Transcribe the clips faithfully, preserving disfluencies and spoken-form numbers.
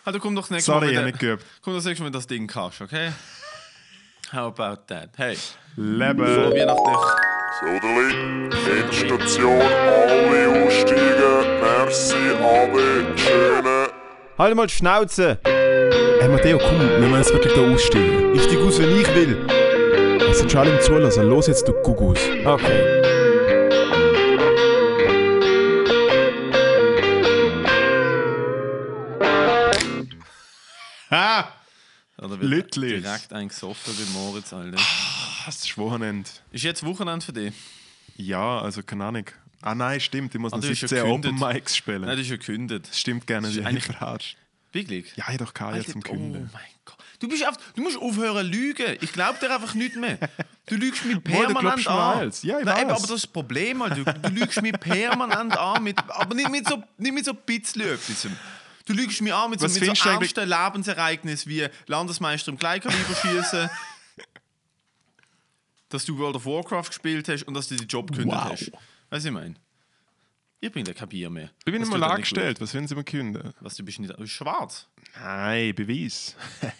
Also komm doch das nächste Sorry, Mal. ich habe nicht geübt. Komm das nächste Mal, wenn du das Ding kannst, okay? How about that? Hey. Leben. So weihnachtlich. Soderli, Endstation, alle aussteigen, merci, alle, schöne. Halt mal die Schnauze! Hey Matteo, komm, wir müssen jetzt wirklich hier aussteigen. Ich steig aus, wenn ich will. Es sind schon alle im Zulassen. Los jetzt, du Gugus. Okay. Ha! Oder wird Lütlis. direkt eingesoffen bei Moritz, Alter. Das ist Wochenende. Ist jetzt Wochenende für dich? Ja, also keine Ahnung. Ah nein, stimmt. Ich muss Ah, noch du hast siebzehn ja Open gekündigt. Mics spielen. Nein, das ist ja gekündigt. Das stimmt gerne, Das die ist eigentlich eigentlich- verarscht. Wirklich? Ja, ich doch keine Alter, zum oh Künden. mein Gott. Du, bist auf, du musst aufhören zu lügen. Ich glaube dir einfach nicht mehr. Du lügst mich Mal, du permanent glaubst mir an. alles. Ja, ich Nein, eben, weiß. aber das ist das Problem. Alter. Du, du lügst mich permanent an. Mit, aber nicht mit so, nicht mit so ein bisschen etwas. Du lügst mich an mit so, Was mit so findest du eigentlich- ernsten Lebensereignissen wie Landesmeister im Kleinkaliberschießen, dass du World of Warcraft gespielt hast und dass du den Job gekündigt Wow. hast. Weißt du, ich meine? Ich bringe dir kein Bier mehr. Ich bin Das nicht mal tut dir nicht angestellt. Was wollen Sie mir künden? gut. Was, du bist nicht... Du bist schwarz. Nein, Beweis.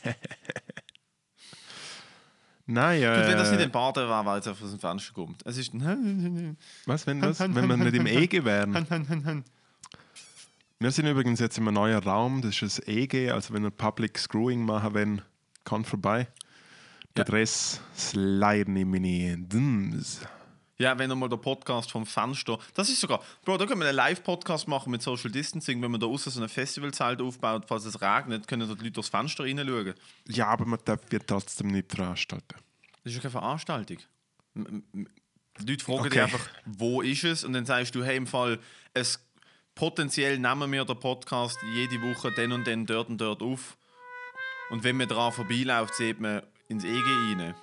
Nein, äh, Gut, wenn das nicht ein Bader war, weil es auf aus dem Fenster kommt. Es ist... was, wenn, das, wenn wir nicht im E G wären? Wir sind übrigens jetzt in einem neuen Raum, das ist das E G, also wenn wir Public Screwing machen wollen, kann vorbei. Der Ja. Rest sliden in meine Dums. Ja, wenn mal der Podcast vom Fenster... Das ist sogar... Bro, da können wir einen Live-Podcast machen mit Social Distancing. Wenn man da außen so eine Festivalzelt aufbaut, falls es regnet, können da die Leute durchs Fenster reinschauen. Ja, aber man darf wir trotzdem nicht veranstalten. Das ist ja keine Veranstaltung. M- m- Die Leute fragen Okay. dich einfach, wo ist es? Und dann sagst du, hey, im Fall, es potenziell nehmen wir den Podcast jede Woche dann und dann dort und dort auf. Und wenn man daran vorbeiläuft, sieht man ins E G rein.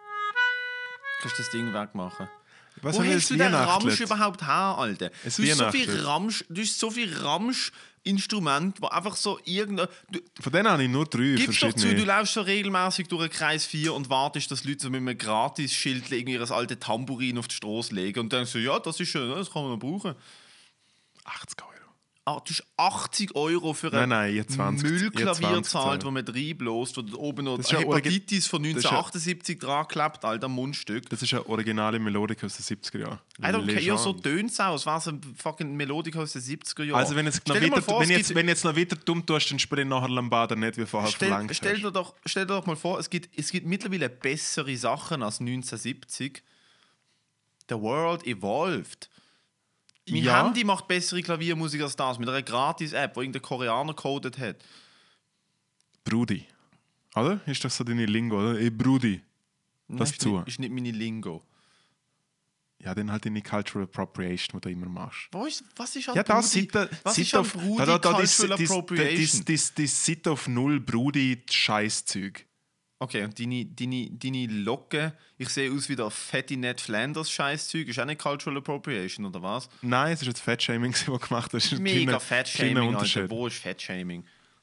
Kannst du das Ding wegmachen? Was Wo haben wir hast du das den Ramsch Weihnachtlet? überhaupt her, Alter? Es Du hast so viel Weihnachtlet. Ramsch, du hast so viel Ramsch-Instrument, wo einfach so irgendein... Du, Von denen habe ich nur drei gib's doch zu, verschiedene. du läufst so regelmäßig durch den Kreis vier und wartest, dass Leute so mit einem Gratis-Schild irgendwie ihr altes Tambourin auf die Straße legen und denkst so, ja, das ist schön, das kann man noch brauchen. achtzig Euro. Ah, du hast achtzig Euro für Nein, ein nein, ihr zwanzig, ihr Müllklavier zwanzig zahlt, zahlen. wo man reinbläst, wo da oben noch Das ist ja origi- Hepatitis von das ist ja- neunzehnhundertachtundsiebzig dran geklebt, Alter, Mundstück. Das ist eine originale Melodika aus den siebziger Jahren. I don't care, ja, so Legende. tönt es auch. Es war so ein fucking Melodika aus den siebziger Jahren. Also wenn jetzt noch Stell dir mal weiter, vor, wenn es jetzt, gibt- wenn jetzt noch weiter dumm tust, dann spiele ich nachher Lambada nicht, wie vorher Stell, verlangt stell, hast. dir doch, stell dir doch mal vor, es gibt, es gibt mittlerweile bessere Sachen als neunzehnhundertsiebzig. The world evolved. Mein Ja. Handy macht bessere Klaviermusik als das, mit einer Gratis-App, die irgendein Koreaner coded hat. Brudi. Oder? Ist das so deine Lingo, oder? Ey, Brudi. Das ist zu. Nicht, ist nicht meine Lingo. Ja, dann halt deine Cultural Appropriation, die du immer machst. Was ist, was ist an Ja, das Brudi? sieht da, Was sieht ist an auf, Brudi da, da, da, Cultural das, das, Appropriation? das, das, das sieht auf null Brudi Scheißzeug. Okay, und deine, deine, deine Locke, ich sehe aus wie der fette Ned Flanders Scheißzeug, ist auch nicht Cultural Appropriation, oder was? Nein, es ist jetzt Fettshaming, was du gemacht hast. Das ist ein Mega kleiner- Fettshaming, kleiner Alter. Unterschied. Wo ist Fettshaming?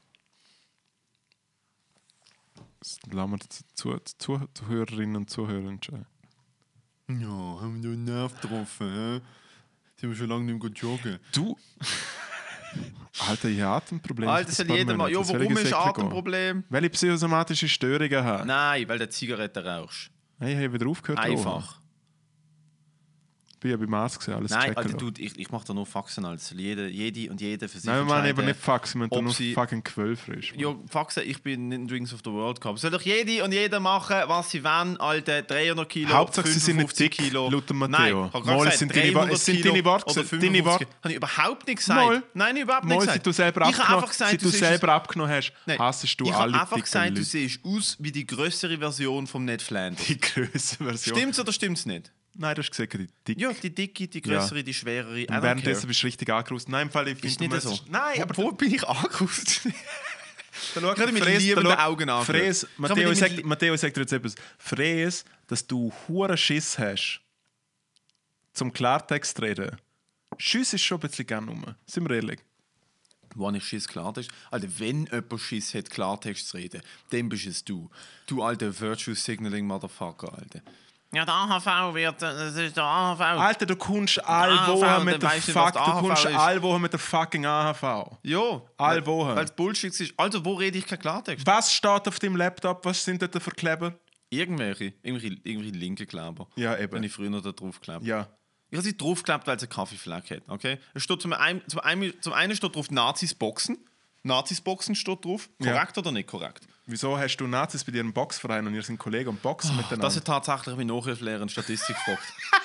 Das lassen wir die Zu- Zu- Zuhörerinnen und Zuhörer entscheiden. Ja, haben wir einen Nerv getroffen, hä? Sind wir schon lange nicht mehr joggen. Du... Alter, ich habe Atemprobleme. Alter, das hat jeder mal. Ja, warum ist Atemproblem? Weil ich psychosomatische Störungen habe. Nein, weil du Zigaretten rauchst. Hey, ich habe wieder aufgehört. zu rauchen. Einfach. Ich bin ja beim Arzt gesehen, alles Nein, checken Alter, lassen. dude, ich, ich mache da nur Faxen, Alter. Jede, jede und jede für sich Nein, wir machen entscheiden. eben nicht Fax, wir machen ob nur sie- fucking Quell frisch. Ja, Faxen, ich bin nicht in Drinks of the World Cup. Soll doch jede und jeder machen, was sie wollen, Alter. dreihundert Kilo, Hauptsache, sie sind nicht fünfundfünfzig dick, Kilo. laut dem Nein, Matteo. ich hab Mal, gerade es sind gesagt, deine Wa- dreihundert es sind Kilo deine Worte oder gewesen, deine Worte. fünfundfünfzig. Habe ich überhaupt nicht gesagt. Mal. Nein, überhaupt nicht Mal, gesagt. seit du selber ich habe abgenommen, einfach gesagt, seit du siehst selber abgenommen hast, Nein, hassest du ich habe alle einfach dicken gesagt, du Leute. siehst aus wie die größere Version vom Ned Flanders. Die größere Version. Stimmt's oder stimmt's nicht? Nein, du hast gesagt, die dick. Ja, die dicke, die größere, die schwerere. I Und don't währenddessen care. bist du richtig angerüstet. Nein, im Fall, ich Ist finde, nicht du so. müsstest- Nein, aber Wo bin ich angerüstet? Gerade mit Fräs, liebenden da schau- Augen angeschaut. Fräs, Ich habe Matteo, mit sagt, li- Matteo sagt dir jetzt etwas. Fräs, dass du hure Schiss hast, zum Klartext zu reden. Schiss ist schon ein bisschen gern rum. Sind wir ehrlich. Wann ich Schiss Klartext... Alter, wenn jemand Schiss hat, Klartext zu reden, dann bist es du. Du alter Virtue Signaling Motherfucker, Alter. Ja, der A H V wird, das ist der A H V. Alter, du kommst all Wochen mit der fuck, du kommst all Wochen mit der fucking A H V. Ja. All Wochen. Weil es Bullshit ist. Also, wo rede ich kein Klartext? Was steht auf deinem Laptop? Was sind dort für Kleber? Irgendwelche, irgendwelche, irgendwelche linke Kleber. Ja, eben. Wenn ich früher da drauf geklebt. Ja. Ich habe sie draufgeklebt, weil es einen Kaffeefleck hat. Okay? Es steht zum, einen, zum, einen, zum einen steht drauf Nazis boxen. Nazis boxen steht drauf. Korrekt ja. oder nicht korrekt? Wieso hast du Nazis bei dir im Boxverein und ihr sind Kollegen und boxen oh, miteinander? Das hat tatsächlich mein Nachhilfelehrer in Statistik gefragt.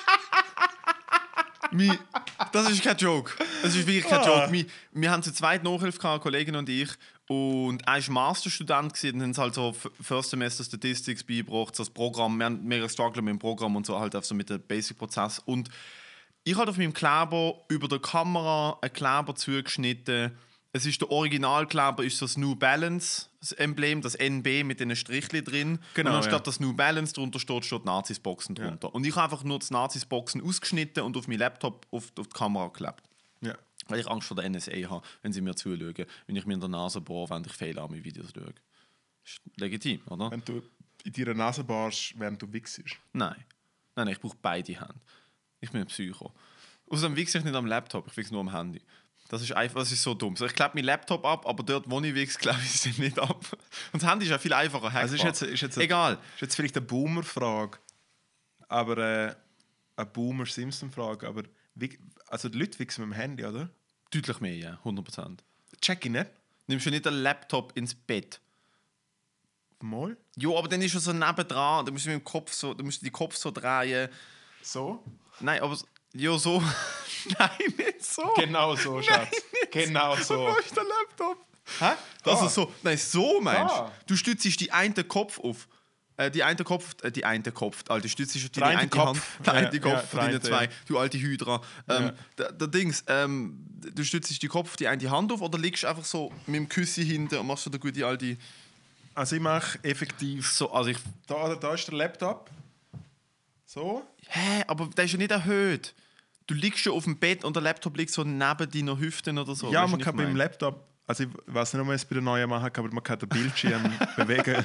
Mi, das ist kein Joke. Das ist wirklich kein ah. Joke. Mi, wir haben zu zweit Nachhilfe gehabt, Kollegin und ich. Und er war Masterstudent gewesen, und haben halt so First Semester Statistics beigebracht, so das Programm. Wir haben mega strugglen mit dem Programm und so halt so mit dem Basic-Prozess. Und ich habe auf meinem Kleber über der Kamera einen Kleber zugeschnitten. Es ist der Originalkleber, ist so das New Balance das Emblem, das N B mit den Strichchen drin. Genau, und anstatt ja. das New Balance drunter steht, steht Nazis Boxen drunter. Ja. Und ich habe einfach nur das Nazis Boxen ausgeschnitten und auf meinen Laptop auf, auf die Kamera geklebt. Ja. Weil ich Angst vor der N S A habe, wenn sie mir zuschauen, wenn ich mir in der Nase bohre, wenn ich fehlarme Videos schaue. Ist legitim, oder? Wenn du in deiner Nase bohrst, während du wichst. Nein. Nein, nein, ich brauche beide Hände. Ich bin ein Psycho. Außerdem wichse ich nicht am Laptop, ich wichse nur am Handy. Das ist einfach, das ist so dumm. So, ich klebe meinen Laptop ab, aber dort, wo ich wichse, klebe ich sie nicht ab. Und das Handy ist ja viel einfacher hackbar. Also ist jetzt, ist jetzt Egal. Eine, ist jetzt vielleicht eine Boomer-Frage, aber äh, eine Boomer-Simpson-Frage. Aber wie, also die Leute wichsen mit dem Handy, oder? Deutlich mehr, ja, hundert Prozent. Check ich nicht. Nimmst du nicht den Laptop ins Bett? Mal? Jo, aber dann ist er so nebendran. Da musst du mit dem Kopf so, da musst du den Kopf so drehen. So? Nein, aber ja, so. Nein, nicht so. Genau so, Schatz. Genau so. Wo ist der Laptop? Hä? Das ist so. Nein, so meinst ah. du. Du stützt die einen Kopf auf. Äh, die einen Kopf, äh, die einen Kopf, Alter, stützt die, die eine Kopf. Hand, der eine ja, Kopf ja, von deinen zwei, du alte Hydra. Ähm, ja. der, der Dings, ähm, du stützt die Kopf, die eine Hand auf oder liegst einfach so mit dem Küssi hinten und machst so eine gute alte. Also ich mache effektiv. So, also ich. Da, da ist der Laptop. So. Hä, aber der ist ja nicht erhöht. Du liegst schon auf dem Bett und der Laptop liegt so neben deiner Hüften oder so. Ja, weißt, man kann beim Laptop, also ich weiß nicht, ob man es bei der neuen machen kann, aber man kann den Bildschirm bewegen.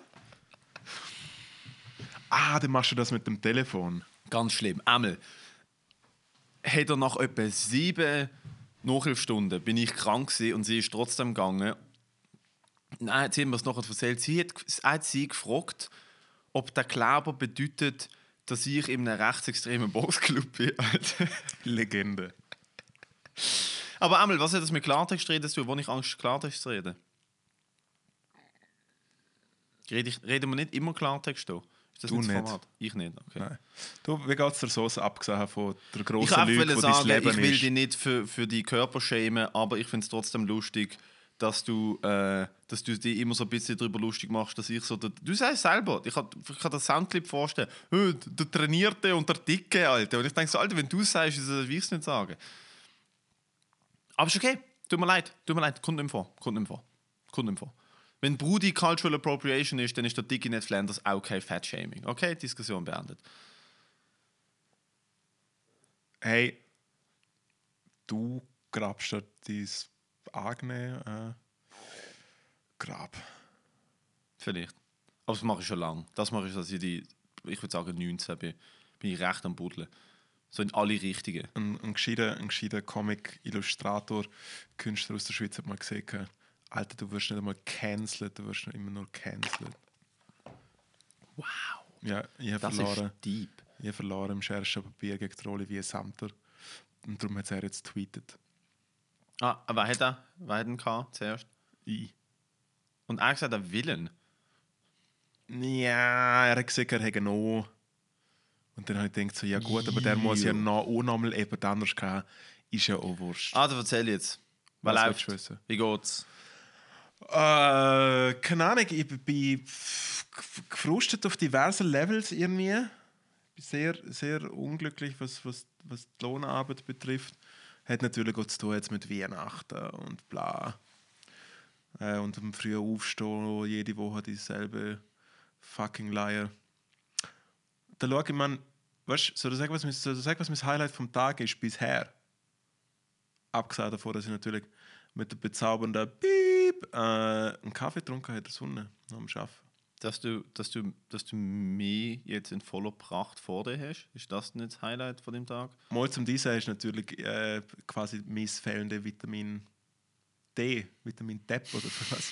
Ah, dann machst du das mit dem Telefon. Ganz schlimm. Einmal hat er nach etwa sieben Nachhilfestunden bin ich krank gewesen und sie ist trotzdem gegangen. Nein, sie hat mir das noch erzählt. Sie hat, hat sie gefragt, ob der Kleber bedeutet, dass ich in einem rechtsextremen Boxclub bin. Legende. Aber einmal, was hat das mit Klartext reden zu tun? Wo ich Angst Klartext zu reden? Rede ich, reden wir nicht immer Klartext da? Ist das du nicht das nicht. Format? Ich nicht, okay. Nein. Du, wie geht es dir so, abgesehen von der grossen ich Lüge, die sagen, dein Leben ich will ist? dich nicht für, für die Körper schämen, aber ich finde es trotzdem lustig, dass du, äh, dass du dich immer so ein bisschen darüber lustig machst, dass ich so... Der, du sagst selber, ich kann, ich kann das Soundclip vorstellen, hey, der Trainierte und der Dicke, Alter. Und ich denke so, Alter, wenn du es sagst, will ich es nicht sagen. Aber ist okay, tut mir leid, tut mir leid, kommt nicht vor, kommt nicht vor, kommt nicht vor. Wenn Brudi Cultural Appropriation ist, dann ist der Dicke Ned Flanders auch kein Fat-Shaming. Okay, Diskussion beendet. Hey, du grabst da dein eigene äh, Grab. Vielleicht. Aber das mache ich schon lange. Das mache ich, als ich die, ich würde sagen neunzehn bin, bin ich recht am Buddeln. So in alle Richtungen. Ein, ein gescheiter, ein gescheiter Comic-Illustrator, Künstler aus der Schweiz hat mal gesehen, Alter, du wirst nicht einmal cancelled, du wirst immer nur cancelled. Wow. Ja, ich habe das verloren. Ist deep. Ich habe verloren im Scherzenpapier gegen die Olivier Samter. Und darum hat er jetzt tweetet. Ah, wer hat er? Wer hat ihn gehabt zuerst? Ich. Und er hat gesagt, er will ihn. Ja, er hat gesagt, er hätte noch. Und dann habe ich gedacht, so, ja gut, aber der muss ja noch auch nochmal jemand anders haben. Ist ja auch wurscht. Ah, dann erzähl jetzt. Was läuft? Wie geht's? Äh, keine Ahnung, ich bin gefrustet auf diversen Levels irgendwie. Ich bin sehr, sehr unglücklich, was, was, was die Lohnarbeit betrifft. Hat natürlich auch zu tun jetzt mit Weihnachten und bla. Äh, und am frühen Aufstehen jede Woche dieselbe fucking Liar. Da schaue ich, man, weißt du, soll ich sagen, was mein, soll ich sagen, was mein Highlight vom Tag ist bisher? Abgesehen davon, dass ich natürlich mit der bezaubernden Piep äh, einen Kaffee getrunken habe in der Sonne am Arbeiten. Dass du, dass, du, dass du mich jetzt in voller Pracht vor dir hast? Ist das nicht das Highlight von dem Tag? Mal zum Dieser ist natürlich äh, quasi mein fehlende Vitamin D, Vitamin D oder was.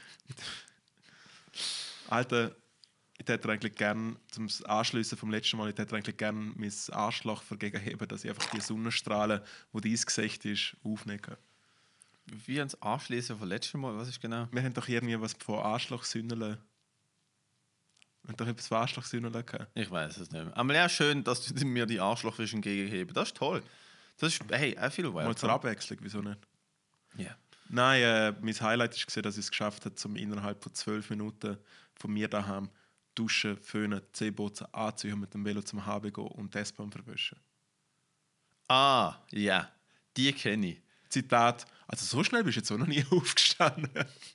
Alter, ich hätte eigentlich gerne, zum Anschliessen vom letzten Mal, ich hätte eigentlich gerne mein Arschloch dagegen heben, dass ich einfach die Sonnenstrahlen, wo dies Gesicht ist, aufnehmen kann. Wie ans Anschließen vom letzten Mal? Was ist genau? Wir haben doch irgendwie was von Arschlochsünneln. Wir haben doch etwas von Arschlochsünneln gehabt. Ich weiß es nicht mehr. Aber ja, schön, dass du mir die Arschlochwischen entgegenheben. Das ist toll. Das ist, hey, auch viel wert. Mal zur Abwechslung, wieso nicht? Ja. Yeah. Nein, äh, mein Highlight ist gesehen, dass ich es geschafft habe, um innerhalb von zwölf Minuten von mir daheim duschen, föhnen, Zehbozen anziehen, mit dem Velo zum H B gehen und die S-Bahn verwischen. Ah, ja. Die kenne ich. Zitat, also so schnell bist du jetzt auch noch nie aufgestanden.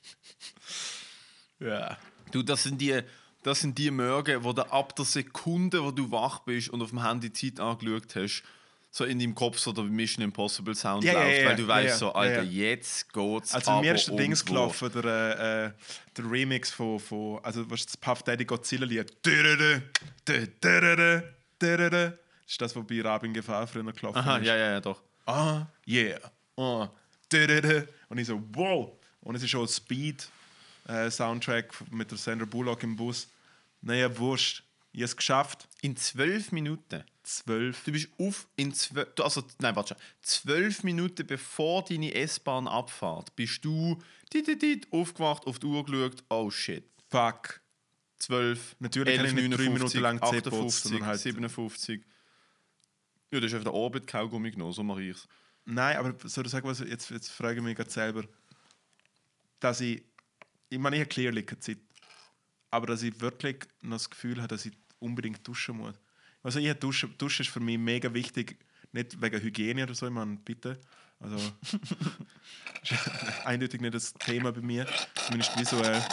Ja. Du, das sind die, das sind die Morgen, wo du ab der Sekunde, wo du wach bist und auf dem Handy die Zeit angeschaut hast, so in deinem Kopf so der Mission Impossible Sound Ja, ja, läuft, ja, weil du ja, weißt ja, so, Alter, ja, ja. jetzt geht's. Also aber mir ist der Dings irgendwo. gelaufen, der, äh, der Remix von, von also was das Puff Daddy Godzilla-Lied. Das ist das, was bei Rabin Gefahr früher gelaufen Aha, ist. ja, ja, ja, doch. Ah, yeah. Ah, und ich so, wow. Und es ist schon ein Speed-Soundtrack mit der Sandra Bullock im Bus. Naja, wurscht. Ich habe es geschafft. In zwölf Minuten. Zwölf. Du bist auf in zwölf, also nein, warte schon. Zwölf Minuten bevor deine S-Bahn abfahrt, bist du dit, dit, dit, aufgewacht, auf die Uhr geschaut. Oh shit. Fuck. zwölf, Natürlich kann ich nicht drei Minuten lang Zähne putzen, achtundfünfzig, sondern halt- siebenundfünfzig. Ja, das ist auf der Arbeit Kaugummi genommen, so mache ich es. Nein, aber soll ich sagen, was, jetzt, jetzt frage ich mich gerade selber, dass ich, ich meine, ich habe clearly keine Zeit, aber dass ich wirklich noch das Gefühl habe, dass ich unbedingt duschen muss. Also ich duschen, duschen ist für mich mega wichtig, nicht wegen Hygiene oder so, ich meine, bitte. Also ist eindeutig nicht das Thema bei mir, zumindest visuell.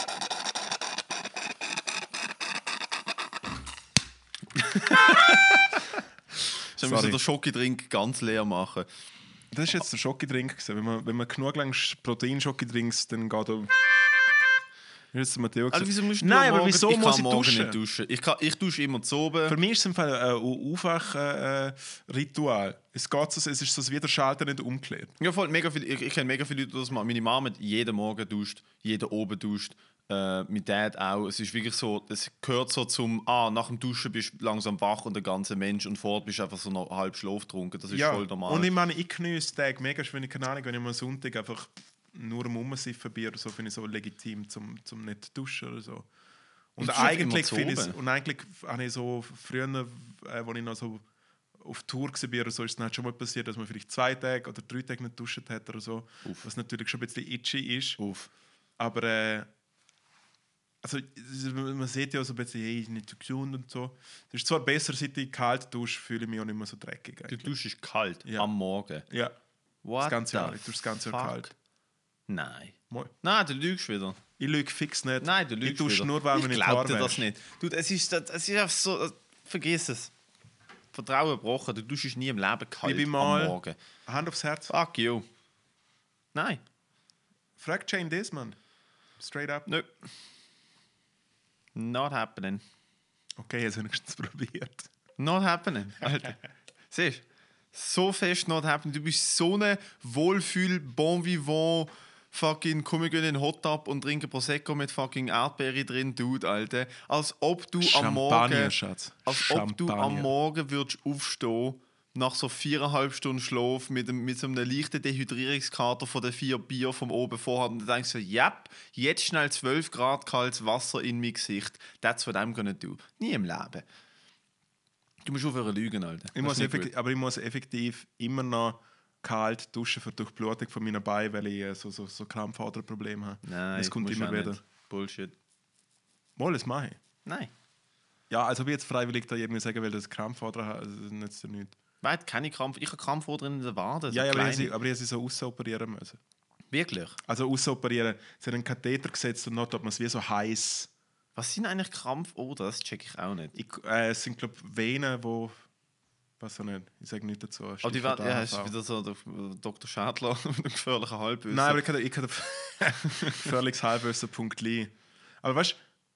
Ich muss den Schoki-Drink ganz leer machen. Das ist jetzt der Schoki-Drink gewesen. Wenn man, wenn man genug lang Protein-Schoki-Drinks, dann geht er... Jetzt Matteo Also wieso musst du Nein, am aber Morgen- wieso ich muss kann ich morgen duschen? nicht duschen? Ich, kann, ich dusche immer zu oben. Für mich ist es im Fall ein Aufwach-Ritual. Es geht so, es ist so wie der Schalter nicht umgekehrt. Ja, voll, mega viel, ich, ich kenne mega viele Leute, die das machen. Meine Mama jeden Morgen duscht, jeden oben duscht. Äh, mein Dad auch. Es ist wirklich so, es gehört so zum, ah, nach dem Duschen bist du langsam wach und der ganze Mensch und fort bist du einfach so noch halb schlaftrunken. Das ist voll normal. Und ich meine, ich genieße Tage mega, wenn ich, keine Ahnung, wenn ich mal Sonntag einfach nur am Rumsiffen bin oder so, finde ich so legitim, zum, zum nicht duschen oder so. Und Ich dusche eigentlich immer finde ich zu oben. und eigentlich habe ich so früher, äh, als ich noch so auf Tour war oder so, ist es dann halt schon mal passiert, dass man vielleicht zwei Tage oder drei Tage nicht geduscht hat oder so, Uff. was natürlich schon ein bisschen itchy ist. Uff. Aber äh, also, man sieht ja so ein bisschen, hey, ist nicht so gesund und so. Das ist zwar besser, seit ich kalt dusche, fühle ich mich auch nicht mehr so dreckig. Du eigentlich. duschst kalt Ja. am Morgen. Ja, What das ganze Jahr. the Ich tue das ganze Jahr fuck? kalt. Nein. Mal. Nein, du lügst wieder. Ich lüge fix nicht. Nein, du lügst Ich dusche wieder. nur, weil ich man nicht glaub Haar dir das wäscht. nicht. Du, es ist, das ist einfach so, äh, vergiss es. Vertrauen gebrochen, du duschst nie im Leben kalt Ich bin am mal- Morgen. Hand aufs Herz. Fuck you. Nein. Frag Jane Desmond. Straight up. Nö. Not happening. Okay, jetzt wenigstens probiert. Not happening, Alter. Siehst du? So fest not happening. Du bist so ein Wohlfühl, bon vivant, fucking, komm, wir gehen in den Hot Tub und trinken Prosecco mit fucking Erdbeere drin, Dude, Alter. Als ob du am Morgen, Schatz. als ob du am Morgen würdest aufstehen, nach so viereinhalb Stunden Schlaf mit, dem, mit so einem leichten Dehydrierungskater von den vier Bier vom oben vorhat und dann denkst du, ja, jetzt schnell zwölf Grad kaltes Wasser in mein Gesicht. That's what I'm gonna do. Nie im Leben. Du musst aufhören zu lügen, Alter. Ich Das muss ist nicht effektiv, aber ich muss effektiv immer noch kalt duschen für Durchblutung von meinen Beinen, weil ich äh, so, so, so Krampfaderprobleme habe. gut. Nein, das kommt musst immer auch wieder. nicht. Bullshit. Mal, das mache ich. Nein. Ja, als ob ich jetzt freiwillig da irgendwie sagen will, dass ich Krampfader habe, also das nützt ja nichts. Weit keine Krampf. Ich habe Krampf drin in der Wade. So Ja, ja, aber ich, habe kleine. sie- aber ich habe sie so außenoperieren müssen. Wirklich? Also außenoperieren. Sie haben einen Katheter gesetzt und dann hat man es wie so heiß. Was sind eigentlich Krampf? Oh, das check ich auch nicht. Ich, äh, es sind, glaube ich, Venen, die. Was auch nicht, ich sage nichts dazu. Aber Oh, die Stichwort war, ja, A H ist V. wieder so der Doktor Schadler mit dem gefährlichen Halbwissen. Nein, aber ich kann, ich kann gefährliches Halbwissen Punkt li. Aber weißt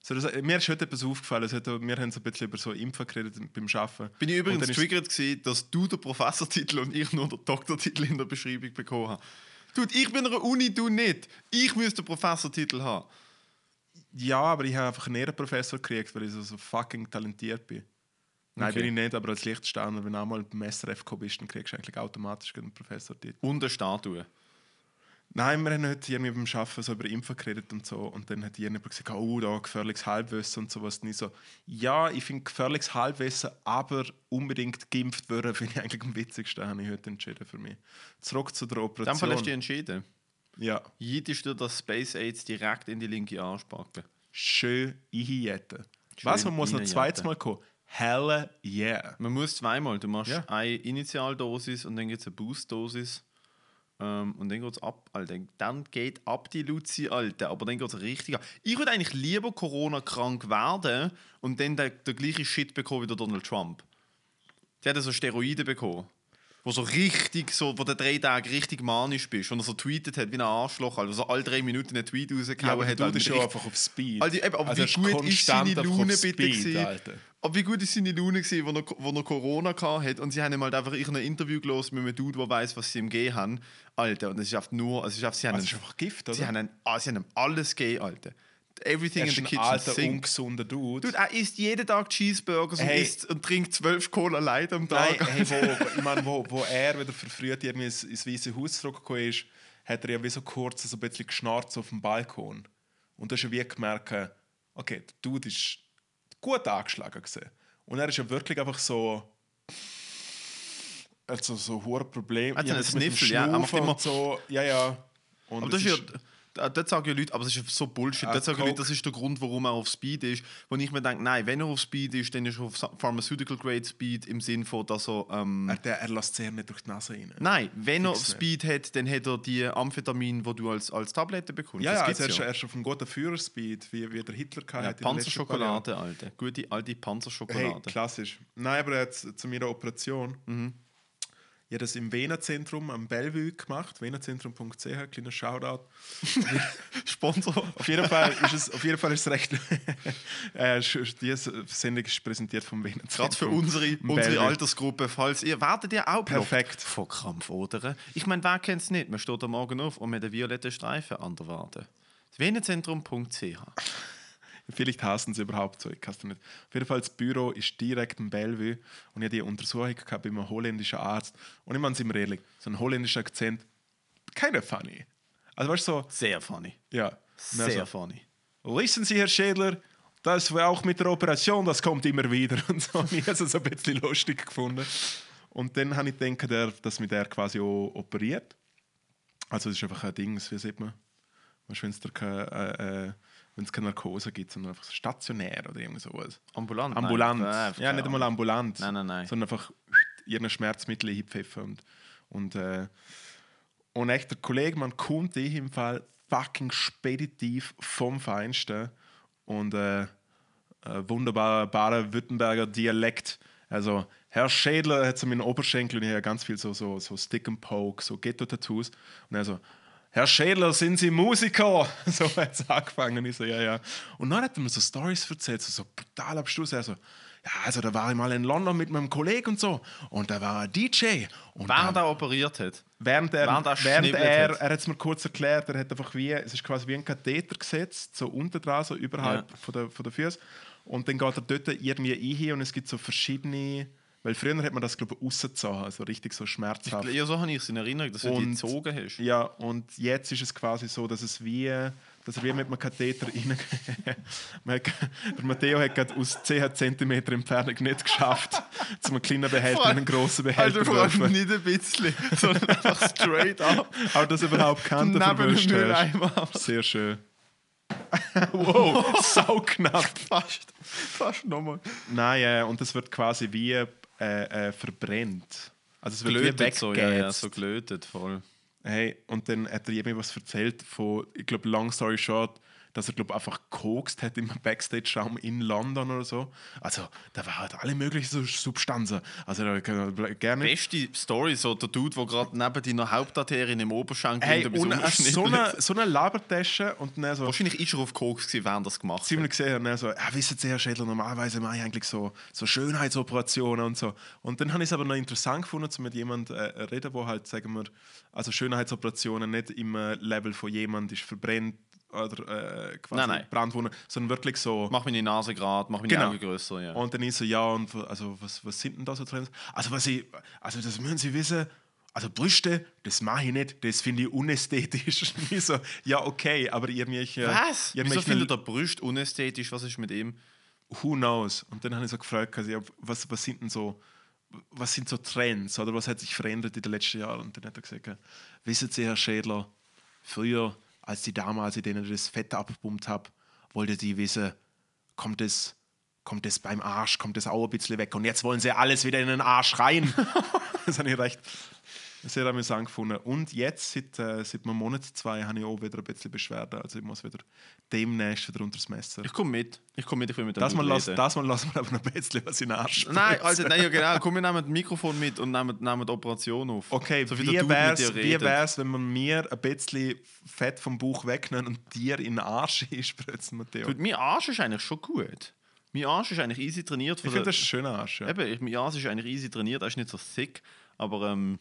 So, das, mir ist heute etwas aufgefallen. Also, wir haben so ein bisschen über so Impfen geredet beim Arbeiten. Bin ich übrigens triggert gewesen, dass du den Professortitel und ich nur den Doktortitel in der Beschreibung bekommen habe. Dude, ich bin an der Uni, du nicht. Ich müsste den Professortitel haben. Ja, aber ich habe einfach einen Ehrenprofessor gekriegt, weil ich so, so fucking talentiert bin. Nein, Okay. bin ich nicht, aber als Lichtsteiner, wenn du einmal beim S R F gekommen bist, dann kriegst du eigentlich automatisch einen Professortitel. Und eine Statue. Nein, wir haben heute irgendwie beim Arbeiten so über Impfen geredet und so. Und dann hat jemand gesagt, oh, da gefährliches Halbwissen und sowas. Und ich so, ja, ich finde gefährliches Halbwissen, aber unbedingt geimpft werden, finde ich eigentlich am witzigsten, habe ich heute entschieden für mich. Zurück zu der Dann Operation. Fall hast du dich entschieden. Ja, Jeitest du das Space AIDS direkt in die linke Arschbacke. schön einjetten. Was, man muss noch reinjetten. zweites Mal kommen? Hell yeah. Man muss zweimal. Du machst Ja. eine Initialdosis und dann gibt es eine Boostdosis. Ähm, und dann geht es ab, Alter. Dann geht ab die Luzi, Alter. Aber dann geht es richtig ab. Ich würde eigentlich lieber Corona-krank werden und dann den, den gleichen Shit bekommen wie der Donald Trump. Der hat so Steroide bekommen. Wo so richtig, so, wo der drei Tage richtig manisch bist. Und er so tweetet hat wie ein Arschloch, also so alle drei Minuten einen Tweet rausgehauen Ja, aber hat. du weil bist mit schon richtig- einfach auf Speed. Also, eben, aber Also wie er ist gut ist konstant seine einfach auf Laune bitte Speed, gewesen? Alter. Aber wie gut ist seine Laune gewesen, wo er, wo er Corona hatte und sie haben ihm halt einfach ein Interview gelesen mit einem Dude, der weiss, was sie ihm gegeben haben. Alter, und es ist einfach nur, also es ist einfach, sie haben Das ist ihm- einfach Gift, oder? sie haben ihm, ah, sie haben ihm alles gegeben, Alter. Everything Er in ist the ein kitchen alter, singt. ungesunder Dude. Dude, er isst jeden Tag Cheeseburgers Hey. und, isst und trinkt zwölf Cola Light am Nein, Tag. hey, wo, ich meine, wo, wo er wieder verfrüht irgendwie ins, ins Weiße Haus zurückgekommen ist, hat er ja wie so kurz so ein bisschen geschnarzt auf dem Balkon. Und da hast du wie gemerkt, okay, der Dude ist gut angeschlagen gewesen. Und er ist ja wirklich einfach so... Also so ein hohes Problem. Hat so einen das mit dem Sniffel, ja, er macht Schnaufen immer- und so. Ja, ja. Und Aber das es ist ja, da- dort sagen ja Leute, aber es ist so Bullshit. Ah, Dort sagen ja Leute, Coke. das ist der Grund, warum er auf Speed ist. Wo ich mir denke, nein, wenn er auf Speed ist, dann ist er auf Sa- Pharmaceutical Grade Speed im Sinn von, dass er. Ähm, er, der, er lässt sehr nicht durch die Nase rein. nein, wenn er Fix nicht. Speed hat, dann hat er die Amphetamin, die du als, als Tablette bekommst. Ja, das ja, gibt's also er ist, ja. er ist auf einem guten Führerspeed, wie, wie der Hitler Ja, hatte. in den letzten paar Jahren. Panzerschokolade, Alter. Gute alte Hey, Panzerschokolade. klassisch. Nein, aber jetzt zu meiner Operation. Mhm. Ich habe das im Vena-Zentrum am Bellevue gemacht. venazentrum punkt c h, kleiner Shoutout. Sponsor. Auf jeden Fall ist es, auf jeden Fall ist es recht... äh, diese Sendung ist präsentiert vom Vena-Zentrum. Gerade für unsere, im unsere Bellevue. Altersgruppe, falls ihr werdet ihr auch blockt Perfekt. von Krampfodern. Ich meine, wer kennt es nicht? Man steht am Morgen auf und mit den violetten Streifen an der Wade. venazentrum punkt c h. Vielleicht hassen sie überhaupt so, ich kann es nicht. Auf jeden Fall, das Büro ist direkt im Bellevue und ich hatte die Untersuchung gehabt bei einem holländischen Arzt. Und ich meine, sind wir ehrlich, so ein holländischer Akzent, keine funny. Also weißt du so, Sehr funny. ja. Sehr Also, funny. wissen Sie, Herr Schädler, das war auch mit der Operation, das kommt immer wieder. Und so. Und ich habe es so ein bisschen lustig gefunden. Und dann habe ich gedacht, der, dass mich der quasi auch operiert. Also es ist einfach ein Ding, wie sieht man? Weißt du, wenn es da keine, äh, äh, wenn es keine Narkose gibt, sondern einfach so stationär oder irgend sowas. Ambulant? Ambulant. Nein, äh, ja, nicht einmal ambulant. Nein, nein, nein. Sondern einfach ihren Schmerzmittel hinpfeffern. Und, und, äh, und echt, der Kollege, man kommt eh im Fall fucking speditiv vom Feinsten. Und äh, äh, wunderbarer Baden-Württemberger Dialekt. Also, Herr Schädler hat so meinen Oberschenkel und ich habe ganz viel so, so, so Stick and Poke, so Ghetto-Tattoos. Und er so, Herr Schädler, sind Sie Musiker? So hat es angefangen. Ich so, ja, ja. Und dann hat er mir so Storys erzählt, so, so brutal abschluss. Er so, ja, also da war ich mal in London mit meinem Kollegen und so. Und da war ein D J. Und Wer da, da operiert hat? während er, während er während schnibbelt er, hat. er hat es mir kurz erklärt, er hat einfach wie, es ist quasi wie ein Katheter gesetzt, so unten dran, so überhalb Ja. von der, von der Füße. Und dann geht er dort irgendwie ein und es gibt so verschiedene, weil früher hat man das, glaube ich, rausgezogen, also richtig so schmerzhaft. Ja, so habe ich es in Erinnerung, dass du die Und- gezogen hast. Ja, und jetzt ist es quasi so, dass es wie, dass er wie mit einem Katheter rein... Man hat- Der Matteo hat gerade aus zehn Zentimeter Entfernung nicht geschafft, zu einem kleinen Behälter in einen grossen Behälter Alter, vor allem werfen. nicht ein bisschen, sondern einfach straight up. Aber das überhaupt Kanten Neben dem verwischt hast. Mülleimer. Sehr schön. Wow, sau knapp. Fast. Fast nochmal. Nein, äh, und das wird quasi wie äh, äh, verbrennt. Also es wird wie Gelötet so, ja, ja, weggeätzt. so gelötet, voll. Hey, und dann hat er jemand was erzählt von, ich glaube, long story short, dass er, glaube einfach gekokst hat im Backstage-Raum in London oder so. Also, da war halt alle möglichen Substanzen. Also, da kann man gerne... Beste Story, so der Dude, der gerade neben deiner Hauptarterie im Oberschenkel Hey, und so eine, so eine Labertasche und dann so... Wahrscheinlich ist er auf Koks gewesen, während er das gemacht hat. Ziemlich gesehen, und dann so, ja, wissen Sie, Herr Schädler, normalerweise mache ich eigentlich so, so Schönheitsoperationen und so. Und dann habe ich es aber noch interessant gefunden, zu mit jemandem äh, reden, der halt, sagen wir, also Schönheitsoperationen nicht im äh, Level von jemand ist verbrennt oder äh, quasi nein, nein. Brandwunden, sondern wirklich so... Mach meine Nase gerade, mach meine Genau. Augen grösser. Ja. Und dann ist so, ja, und also, was, was sind denn da so Trends? Also, was ich, also das müssen Sie wissen, also Brüste, das mache ich nicht, das finde ich unästhetisch. Und ich so, ja, okay, aber ihr mich... Äh, Was? Ihr Wieso mich findet der Brust unästhetisch? Was ist mit ihm? Who knows? Und dann habe ich so gefragt, also, ja, was, was sind denn so... Was sind so Trends oder was hat sich verändert in den letzten Jahren? Und dann hat er gesagt, ja, wissen Sie, Herr Schädler, früher, als die damals, in denen ich das Fett abgepumpt habe, wollte die wissen, kommt es, kommt es beim Arsch, kommt es auch ein bisschen weg. Und jetzt wollen sie alles wieder in den Arsch rein. Das habe ich recht sehr amüsant gefunden. Und jetzt, seit, äh, seit einem Monat, zwei, habe ich auch wieder ein bisschen Beschwerden. Also ich muss wieder demnächst wieder unter das Messer. Ich komme mit. Ich komme mit, ich will mit dem Das Dude mal, las, reden. das mal lassen wir aber noch ein bisschen was in den Arsch spritzen. Nein, also, nein, ja genau. Komm, wir nehmen das Mikrofon mit und nehmen, nehmen die Operation auf. Okay, so wie der Dude wäre mit dir es, wie redet. wär's, wenn man mir ein bisschen Fett vom Bauch wegnehmen und dir in den Arsch spritzen, Matteo? Dude, mein Arsch ist eigentlich schon gut. Mein Arsch ist eigentlich easy trainiert. Ich finde, das ist ein schöner Arsch. Ja. Eben, ich, mein Arsch ist eigentlich easy trainiert, er ist nicht so thick, aber ähm,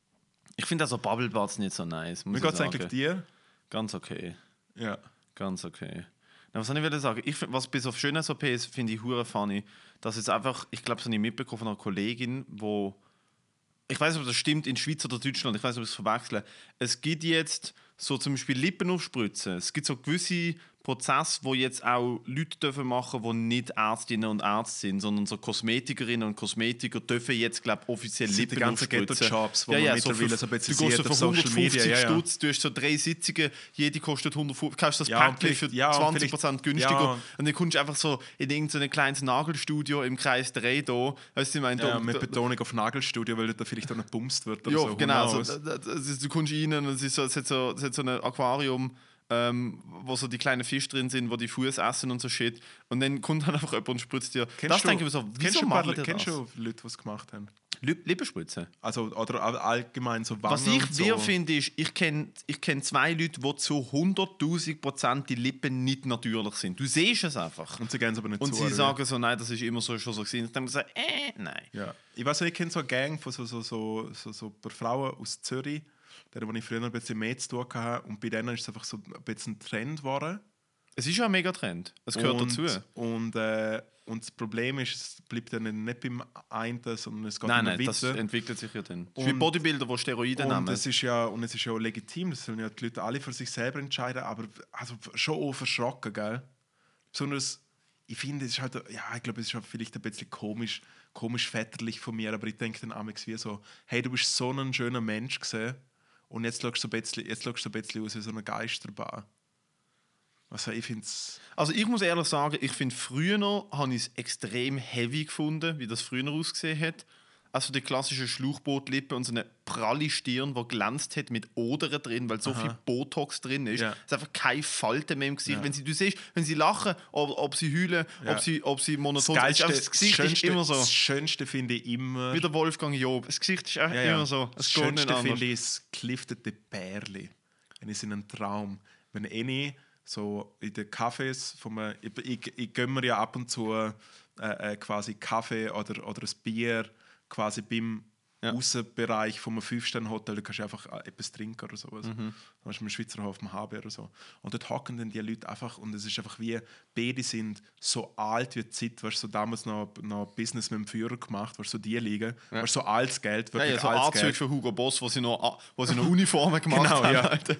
ich finde also Bubble Butts nicht so nice. Muss Wie ich geht es sagen. eigentlich dir? Ganz okay. Ja. Ganz okay. Na, was soll ich wieder sagen? Ich find, was bis auf Schönheits O P ist, finde ich hure funny, dass jetzt einfach, ich glaube, so eine mitbekommen von einer Kollegin, wo ich weiß nicht, ob das stimmt in Schweiz oder Deutschland, ich weiß nicht, ob ich es verwechsle. Es gibt jetzt so zum Beispiel Lippen aufspritzen. Es gibt so gewisse Prozesse, wo jetzt auch Leute dürfen machen, die nicht Ärztinnen und Ärzte sind, sondern so Kosmetikerinnen und Kosmetiker dürfen jetzt, glaube ich, offiziell Das sind Lippen die ganzen aufspritzen. Ghetto-Jobs, wo ja, man ja, mittlerweile für, so ein bisschen du gehst sieht so auf für Social hundertfünfzig Media, ja, ja. Stutz, du hast so drei Sitzungen, jede kostet hundertfünfzig, kaufst das Ja, und Päckchen für vielleicht- ja, und zwanzig Prozent vielleicht- günstiger ja. und dann kommst du einfach so in irgendein kleines Nagelstudio im Kreis drei da. Weißt du, ich meine, Ja, da- mit da- Betonung auf Nagelstudio, weil da vielleicht auch noch bumst wird oder ja, so. genau. Who So, knows? da- da- das- du kommst rein und es, ist so, es, hat so, es hat so ein Aquarium, ähm, wo so die kleinen Fische drin sind, wo die Fuß essen und so Shit. Und dann kommt dann einfach jemand und spritzt dir. das du, denke ich mir so, kennst wieso du, ein paar, machen die kennst das? du Leute, die es gemacht haben? Lip- Lippenspritze. Also, oder allgemein so Wangen Was ich und so. wir finde, ist, ich kenne ich kenn zwei Leute, die zu hunderttausend Prozent die Lippen nicht natürlich sind. Du siehst es einfach. Und sie gehen es aber nicht Und zu. sie oder? sagen so, nein, das ist immer so schon so gewesen. Und dann sagen sie, äh, nein. Ja. Ich weiß nicht, ich kenne so eine Gang von so, so, so, so, so ein paar Frauen aus Zürich, denen, wo ich früher ein bisschen mehr zu tun hatte. Und bei denen ist es einfach so ein bisschen ein Trend geworden. Es ist ja ein Megatrend. Es gehört und, dazu. Und, äh, und das Problem ist, es bleibt ja nicht beim einen, sondern es geht Nein, immer nein, das weiter. entwickelt sich ja dann. Es ist Und- wie Bodybuilder, die Steroide Und nehmen. es, ist ja, und es ist ja auch legitim, das sollen ja die Leute alle für sich selber entscheiden, aber also schon auch verschrocken, gell? Besonders, ich finde, es ist halt, ja, ich glaube, es ist halt vielleicht ein bisschen komisch, komisch väterlich von mir, aber ich denke dann amigs wie so, hey, du bist so ein schöner Mensch gewesen und jetzt schaust du ein bisschen, jetzt schaust du ein bisschen aus wie so eine Geisterbahn. Also ich finde es... Also ich muss ehrlich sagen, ich finde früher habe ich es extrem heavy gefunden, wie das früher ausgesehen hat. Also die klassische Schlauchbootlippe und so eine pralle Stirn, die glänzt hat mit Odern drin, weil so Aha. viel Botox drin ist. Ja. Es ist einfach keine Falte mehr im Gesicht. Ja. Wenn sie, du siehst, wenn sie lachen, ob, ob sie heulen, Ja. ob sie, ob sie monoton Das, sind, ist Geilste, einfach das Gesicht das, ist Schönste, immer so. das Schönste finde ich immer... Wie der Wolfgang Job. Das Gesicht ist einfach Ja, ja. immer so. Das Es geht nicht Schönste anders. finde ich das geliftete Bärli. Wenn ich in einem Traum, wenn ich so in den Cafés, von einem, ich, ich, ich gönne mir ja ab und zu äh, äh, quasi Kaffee oder, oder ein Bier quasi beim Ja. Aussenbereich von einem Fünf-Sterne-Hotel, da kannst du einfach äh, etwas trinken oder sowas. Mhm. Da hast du im Schweizer Hof am H B oder so. Und dort hocken dann die Leute einfach und es ist einfach wie, beide sind so alt wie die Zeit, weißt du, so damals noch, noch Business mit dem Führer gemacht, weißt du, so die liegen, Ja. weißt du, so altes Geld, Ja, wirklich ja, so altes Anzüge Geld. für Hugo Boss, wo sie noch, wo sie noch Uniformen gemacht Genau, haben. ja. Alter.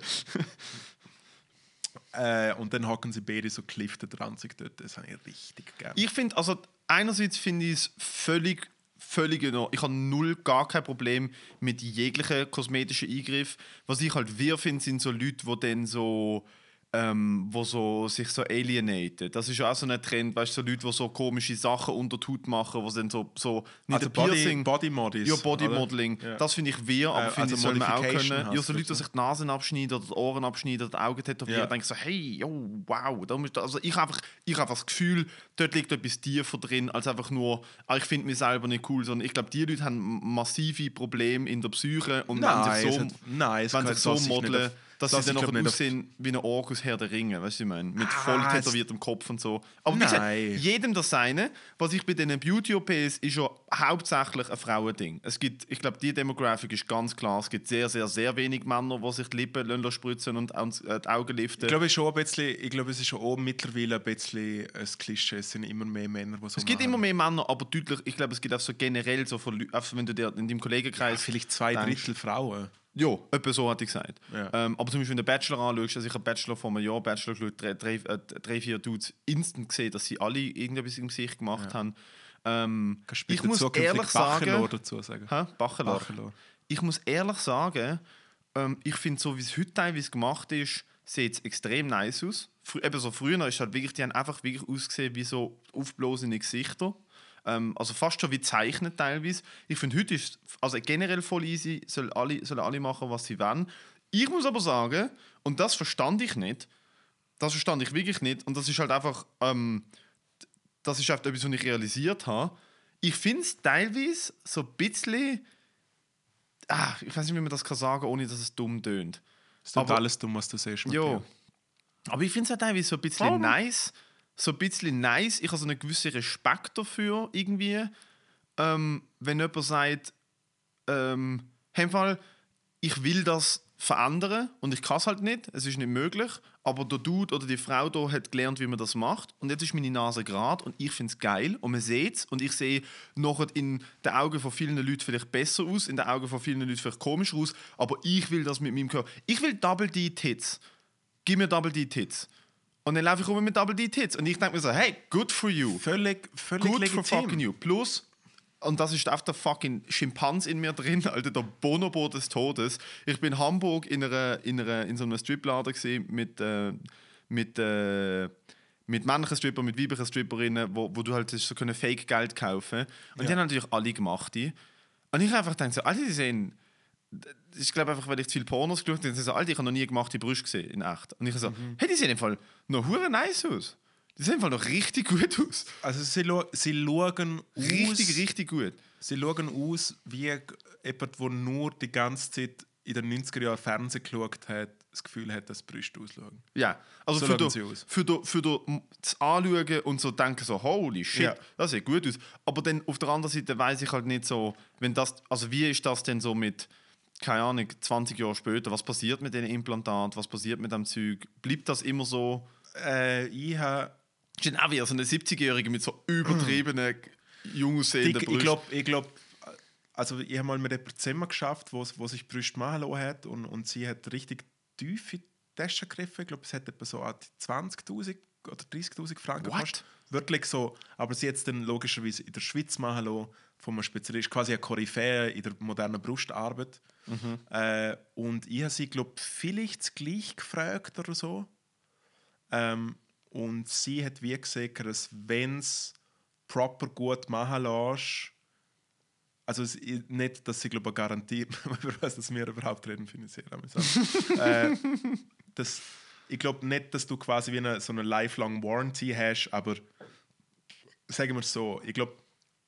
Äh, und dann hocken sie beide so clifted ranzig dort. Das habe ich richtig gerne. Ich finde, also einerseits finde ich es völlig, völlig genau. Ich habe null, gar kein Problem mit jeglichen kosmetischen Eingriff. Was ich halt wir finde, sind so Leute, die dann so ähm, wo so, sich so alienaten. Das ist ja auch so ein Trend, weißt du, so Leute, die so komische Sachen unter die Haut machen, die dann so, so nicht Also ein Piercing... Body, Body Ja, Bodymodeling. Ja. Das finde ich weird, aber Äh, finde also ich, soll man auch Modification können. Ja, hast so du Leute, die dazu. sich die Nasen abschneiden oder die Ohren abschneiden oder die Augen tätowieren, Ja. denke ich so, hey, yo, wow. Da muss, also ich habe einfach, ich hab einfach das Gefühl, dort liegt etwas tiefer drin, als einfach nur, ah, ich finde mich selber nicht cool, sondern ich glaube, die Leute haben massive Probleme in der Psyche und Nein, wenn es sich so, hat- nein, es wenn kann- sich so das ist nicht modeln, auf- dass das sie dann ist, noch glaub ich, nicht auf- aussehen wie ein Ork aus Herr der Ringe, weißt du, ich meine, mit Ah, voll es- tätowiertem Kopf und so. Aber wie gesagt, Nein. jedem das seine. Was ich bei diesen Beauty-O Ps ist ja hauptsächlich ein Frauending. Es gibt, ich glaube, die Demographic ist ganz klar. Es gibt sehr, sehr, sehr wenig Männer, die sich die Lippen lassen spritzen und ans- äh, die Augen liften. Ich glaube, es ist schon ein bisschen, ich glaube, es ist schon auch mittlerweile ein bisschen ein Klischee. Es sind immer mehr Männer, die so Es gibt machen. immer mehr Männer, aber deutlich, ich glaube, es gibt auch so generell so von Leu- einfach wenn du dir in deinem Ja, Kollegenkreis vielleicht zwei denkst- Drittel Frauen. Ja, etwa so hatte ich gesagt. Ja. Ähm, aber zum Beispiel, wenn du den Bachelor anschaust, also ich habe Bachelor vor einem Jahr, Bachelor geschaut, drei, drei, äh, drei, vier Dudes instant gesehen, dass sie alle irgendetwas im Gesicht gemacht Ja. haben. Ähm, Kannst du ich bitte muss zukünftig ehrlich sagen... Bachelor dazu sagen? Hä? Bachelor. Bachelor. Ich muss ehrlich sagen, ähm, ich finde, so wie es heute teilweise gemacht ist, sieht es extrem nice aus. Fr eben so früher ist halt wirklich, die haben einfach wirklich ausgesehen wie so aufblasene Gesichter. Ähm, also fast schon wie zeichnet teilweise. Ich finde, heute ist also generell voll easy, sollen alle, sollen alle machen, was sie wollen. Ich muss aber sagen, und das verstand ich nicht, das verstand ich wirklich nicht, und das ist halt einfach, ähm, das ist einfach etwas, was ich realisiert habe. Ich finde es teilweise so ein bisschen, ah, ich weiß nicht, wie man das kann sagen, ohne dass es dumm tönt. Es tut Aber- alles dumm, was du siehst. Ja. Matthias. Aber ich finde es halt teilweise so ein bisschen Warum? nice. So ein bisschen nice. Ich habe so einen gewissen Respekt dafür, irgendwie. Ähm, wenn jemand sagt, ähm, hey, im Fall, ich will das verändern und ich kann es halt nicht, es ist nicht möglich, aber der Dude oder die Frau da hat gelernt, wie man das macht und jetzt ist meine Nase gerade und ich finde es geil und man sieht es und ich sehe nachher in den Augen von vielen Leuten vielleicht besser aus, in den Augen von vielen Leuten vielleicht komischer aus, aber ich will das mit meinem Körper. Ich will Double-D-Tits. Gib mir Double-D-Tits. Und dann laufe ich rum mit Double-D-Tits und ich denke mir so, hey, good for you. Völlig, völlig Good legitim. for fucking you. Plus, und das ist auch der fucking Schimpans in mir drin, Alter, der Bonobo des Todes. Ich bin in Hamburg in, einer, in, einer, in so einem Stripladen gesehen mit, äh, mit, äh, mit männlichen Strippern, mit weiblichen Stripperinnen, wo, wo du halt so können Fake Geld kaufen. Und Ja. die haben natürlich alle gemacht. Die. Und ich einfach denke so, alle die sehen, ich glaube einfach, weil ich zu viel Pornos geschaut habe, so, Alter, ich habe noch nie gemachte Brüste gesehen in echt. Und ich so, Mhm. hey, die sehen im Fall noch hure nice aus. Die sehen im Fall noch richtig gut aus. Also sie, lo- sie schauen aus, Richtig, richtig gut. Sie schauen aus wie jemand, der nur die ganze Zeit in den neunziger Jahren Fernsehen geschaut hat, das Gefühl hat, dass die Brüste ausschauen. Ja, also So für, schauen do, sie aus. für, do, für do, m- das Anschauen und so denken so, holy shit, Ja. das sieht gut aus. Aber dann auf der anderen Seite weiß ich halt nicht so, wenn das, also wie ist das denn so mit, keine Ahnung, zwanzig Jahre später, was passiert mit den Implantaten, was passiert mit dem Zeug? Bleibt das immer so? Äh, ich habe Ist dann auch wie so eine siebzigjährige mit so übertriebenen, jung ich, aussehenden ich Brüsten? glaube, ich glaub, also ich habe mal mit jemandem zusammen geschafft, wo, wo sich die Brüste machen lassen hat und, und sie hat richtig tiefe Taschen gegriffen. Ich glaube, es hat etwa so an die zwanzigtausend oder dreißigtausend Franken What? gekostet. Wirklich so. Aber sie hat es dann logischerweise in der Schweiz machen lassen, von einem Spezialist, quasi eine Koryphäe in der modernen Brustarbeit. Mhm. Äh, und ich habe sie, glaube ich, vielleicht gleich gefragt oder so. Ähm, und sie hat wie gesagt, dass wenn es proper gut machen lässt, also es, i- nicht, dass sie glaube ich garantiert, über was dass wir überhaupt reden, finde ich sehr amüsant. äh, das, ich glaube nicht, dass du quasi wie eine, so eine lifelong Warranty hast, aber sagen wir es so, ich glaube,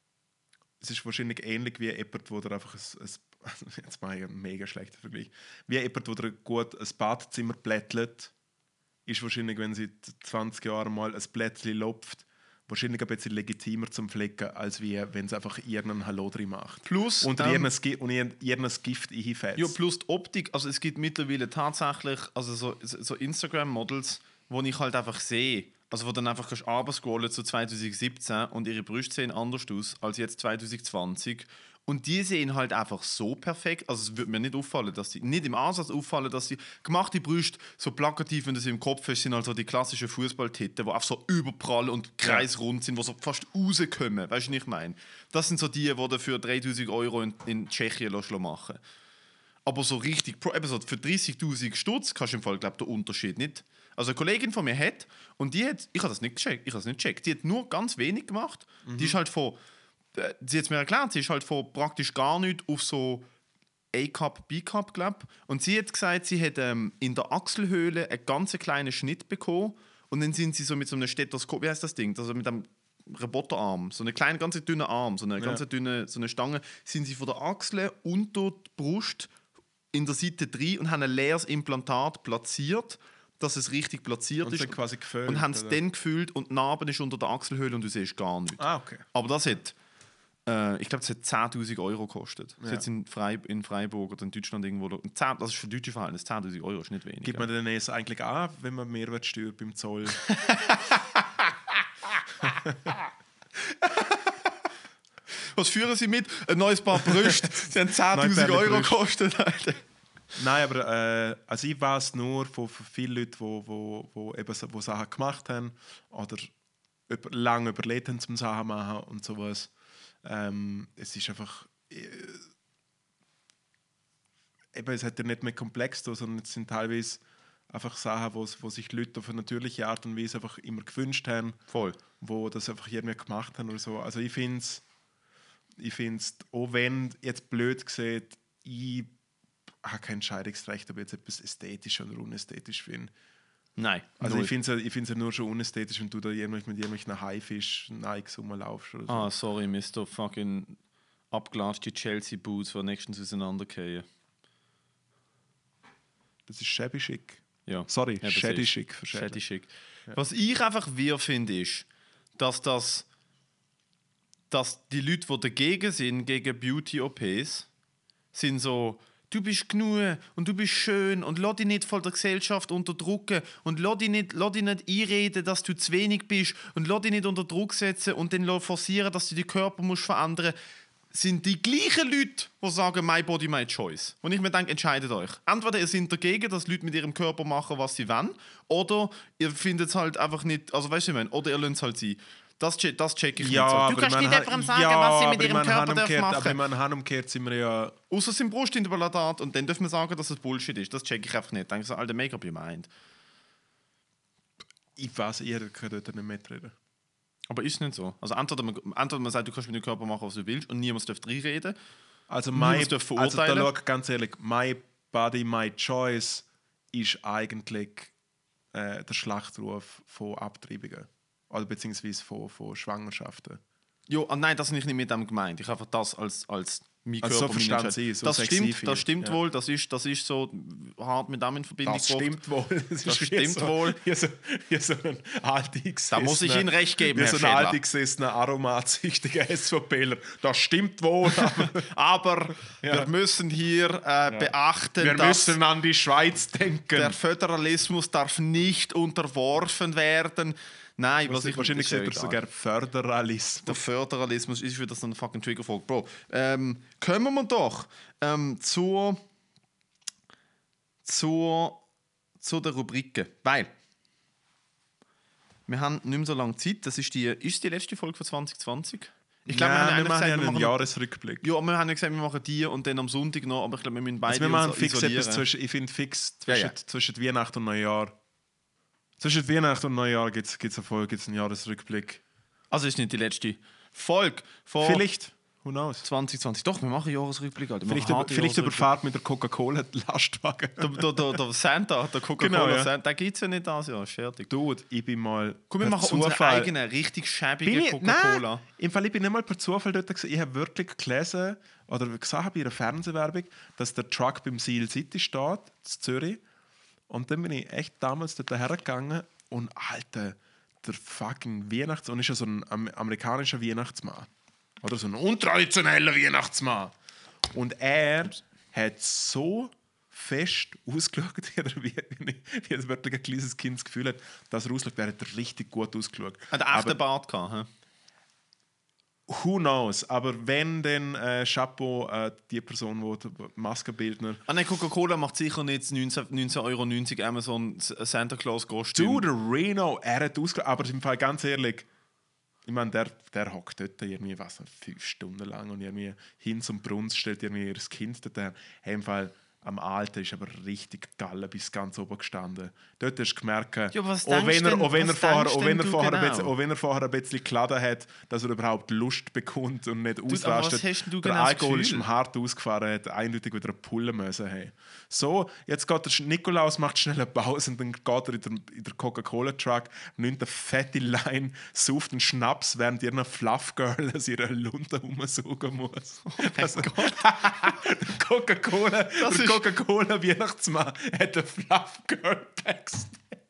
es ist wahrscheinlich ähnlich wie jemand, wo der einfach ein, ein also jetzt mache ich einen mega schlechten Vergleich, wie jemand, wo der gut ein Badezimmer plättelt, ist wahrscheinlich, wenn sie zwanzig Jahre mal ein Blättchen lupft, wahrscheinlich ein bisschen legitimer zum Flecken, als wie, wenn es einfach irgendeinen Hallo drin macht. Plus, Und ähm, irgendein Gi- und irgendein irgendein Gift einfetzt. Ja, plus die Optik. Also es gibt mittlerweile tatsächlich also so, so Instagram-Models, wo ich halt einfach sehe, also wo dann einfach kannst du scrollen zu zwanzig siebzehn und ihre Brüste sehen anders aus als jetzt zwanzig zwanzig. Und die sehen halt einfach so perfekt, also es würde mir nicht auffallen, dass die, nicht im Ansatz auffallen, dass die gemachte Brüste so plakativ, wenn du sie im Kopf hast, sind also die klassischen Fußballtitten, die auch so überprall und kreisrund sind, die so fast rauskommen, weißt du, was ich meine? Das sind so die, die du für dreitausend Euro in, in Tschechien machen lassen. Aber so richtig, pro- eben so für dreißigtausend Stutz kannst du im Fall, glaube den Unterschied nicht Also eine Kollegin von mir hat, und die hat, ich habe das nicht gecheckt, ich habe das nicht gecheckt, die hat nur ganz wenig gemacht. Mhm. Die ist halt von, äh, sie hat es mir erklärt, sie ist halt von praktisch gar nichts auf so A-Cup, B-Cup, glaube ich. Und sie hat gesagt, sie hat ähm, in der Achselhöhle einen ganz kleinen Schnitt bekommen und dann sind sie so mit so einem Stethoskop, wie heißt das Ding, also mit einem Roboterarm, so einen kleinen, ganz dünnen Arm, so eine ja. ganz dünne so eine Stange, sind sie von der Achsel unter die Brust in der Seite drin und haben ein leeres Implantat platziert, dass es richtig platziert und ist. Quasi gefüllt, und haben es dann gefühlt und die Narbe ist unter der Achselhöhle und du siehst gar nichts. Ah, okay. Aber das hat, äh, ich glaube, das hat zehntausend Euro gekostet. Das ja. hat in, Freib- in Freiburg oder in Deutschland irgendwo. Und zehn, das ist für deutsche Verhältnisse zehntausend Euro, ist nicht wenig. Gibt man denn es eigentlich an, wenn man Mehrwertsteuer beim Zoll? Was führen Sie mit? Ein neues Paar Brüste. Sie haben zehntausend Euro gekostet. Nein, aber äh, also ich weiß nur von, von vielen Leuten, die wo, wo, wo eben so, wo Sachen gemacht haben oder über, lange überlegt haben, zum Sachen machen und sowas. Ähm, es ist einfach äh, eben, es hat ja nicht mehr komplex, sondern es sind teilweise einfach Sachen, wo, wo sich Leute auf eine natürliche Art und Weise einfach immer gewünscht haben. Voll. Wo das einfach irgendwie gemacht haben oder so. Also ich finde es, ich find's, auch wenn jetzt blöd gesagt, ich habe kein Entscheidungsrecht, ob ich jetzt etwas ästhetisch oder unästhetisch finde. Nein. Also null. Ich finde es ja, ja nur schon unästhetisch, wenn du da mit irgendwelchen Haifisch Nikes rumlaufst oder so. Ah, sorry, Mister fucking abgelatschte Chelsea-Boots, die nächstens auseinandergehen. Das ist shabby chic. Ja. Sorry, ja, shady chic. Shady chic. Ja. Was ich einfach wir finde, ist, dass das dass die Leute, die dagegen sind, gegen Beauty-O Ps, sind so, du bist genug und du bist schön und lass dich nicht von der Gesellschaft unterdrücken und lass dich nicht, lass dich nicht einreden, dass du zu wenig bist und lass dich nicht unter Druck setzen und dann forcieren, dass du den Körper musst verändern musst, sind die gleichen Leute, die sagen, my body, my choice. Und ich mir denke, entscheidet euch. Entweder ihr seid dagegen, dass Leute mit ihrem Körper machen, was sie wollen, oder ihr findet es halt einfach nicht, also weißt du, ich meine, oder ihr lasst es halt sein. Das, das check ich ja, nicht so. Du kannst nicht jemandem sagen, ja, was sie mit ihrem Körper machen machen. Aber wenn man Hand umkehrt, sind wir ja... Außer es sind Brustimplantat und dann dürfen wir sagen, dass es Bullshit ist. Das check ich einfach nicht. Dann denke ich so, Alter, Make-up your mind. Ich weiß, ihr könnt dort nicht mitreden. Aber ist nicht so. Also entweder man, entweder man sagt, du kannst mit dem Körper machen, was du willst und niemand darf reinreden. Also, my, also da schau, ganz ehrlich, my body, my choice ist eigentlich äh, der Schlachtruf von Abtreibungen. Oder beziehungsweise von, von Schwangerschaften. Jo, ah, nein, das habe ich nicht mit dem gemeint. Ich habe einfach das als, als mein Körper. Also so verstanden Sie, so das stimmt, das stimmt ja. wohl. Das ist, das ist so hart mit dem in Verbindung gebracht. Das stimmt wohl. Das, das stimmt so, wohl. Hier so, hier so ein alte Da muss ich Ihnen recht geben, Herr Herr so ein alte gesessener, aromatsüchtiger SVPler. Das stimmt wohl. Aber ja. wir müssen hier äh, ja. beachten, wir dass müssen an die Schweiz denken. Der Föderalismus darf nicht unterworfen werden. Nein, was, was ich wahrscheinlich sagt er sogar Föderalismus. Der Föderalismus ist wieder so ein fucking Triggerfolge. Bro, ähm, kommen wir doch ähm, zur, zur, zu der Rubrike. Weil wir haben nicht mehr so lange Zeit. Das ist die, ist die letzte Folge von zwanzig zwanzig? Ich glaube, ja, wir, wir machen gesagt, ja einen machen Jahresrückblick. Ja, wir haben ja gesagt, wir machen die und dann am Sonntag noch. Aber ich glaube, wir müssen beide also wir machen fix isolieren. Etwas zwischen, ich finde fix zwischen, ja, ja. zwischen Weihnachten und Neujahr. Zwischen Weihnachten und Neujahr gibt es eine Folge, gibt's einen Jahresrückblick. Also ist nicht die letzte Folge von Vielleicht, who knows. zwanzig zwanzig. Doch, wir machen einen Jahresrückblick. Alter. Vielleicht, über, vielleicht überfahrt mit der Coca-Cola-Lastwagen. Der, der, der, der Santa, der Coca-Cola genau, ja. Santa, den gibt es ja nicht das Jahr, fertig. Dude, ich bin mal Komm, wir machen Zufall, unsere eigene, richtig schäbige Coca-Cola. Im Fall, ich bin nicht mal per Zufall dort gewesen. Ich habe wirklich gelesen oder gesehen bei einer Fernsehwerbung, dass der Truck beim Seal City steht, in Zürich. Und dann bin ich echt damals dort hergegangen. Und Alter, der fucking Weihnachtsmann ist ja so ein amerikanischer Weihnachtsmann. Oder so ein untraditioneller Weihnachtsmann. Und er hat so fest ausgeschaut, wie, wie, wie ein wirklich ein kleines Kind das Gefühl hat, dass er ausschaut, er hat richtig gut ausgeschaut. Hat er echten Bart gehabt, he? Who knows? Aber wenn dann äh, Chapeau, äh, die Person, die Maskenbildner. Ah nein, Coca-Cola macht sicher nicht neunzehn Euro neunzig Amazon Santa Claus Kostüm. Du, der Reno, er hat ausgeschaut. Aber im Fall ganz ehrlich, ich meine, der, der hockt dort irgendwie was, fünf Stunden lang und irgendwie hin zum Brunnen stellt irgendwie ihr Kind dort her. Hey, im Fall, am Alten ist aber richtig Galle bis ganz oben gestanden. Dort hast du gemerkt, Ja, was auch wenn er, denkst auch wenn er denn- vorher, was auch wenn er denkst vorher, denn ein du bisschen, genau? auch wenn er vorher ein bisschen geladen hat, dass er überhaupt Lust bekommt und nicht aber was ausrastet. hast denn du Der genau das Alkohol ist Gefühl? ihm hart ausgefahren, er hat eindeutig wieder eine Pulle müssen haben. So, jetzt geht der Sch- Nikolaus, macht schnell eine Pause und dann geht er in der, in der Coca-Cola-Truck, nimmt eine fette Line, sauft einen Schnaps, während ihr eine Fluff-Girl aus ihrer Lunte rumsaugen muss. Oh das, Coca-Cola, Das der ist- Coca-Cola-Weihnachtsmann hat eine Fluff-Girl Backstage.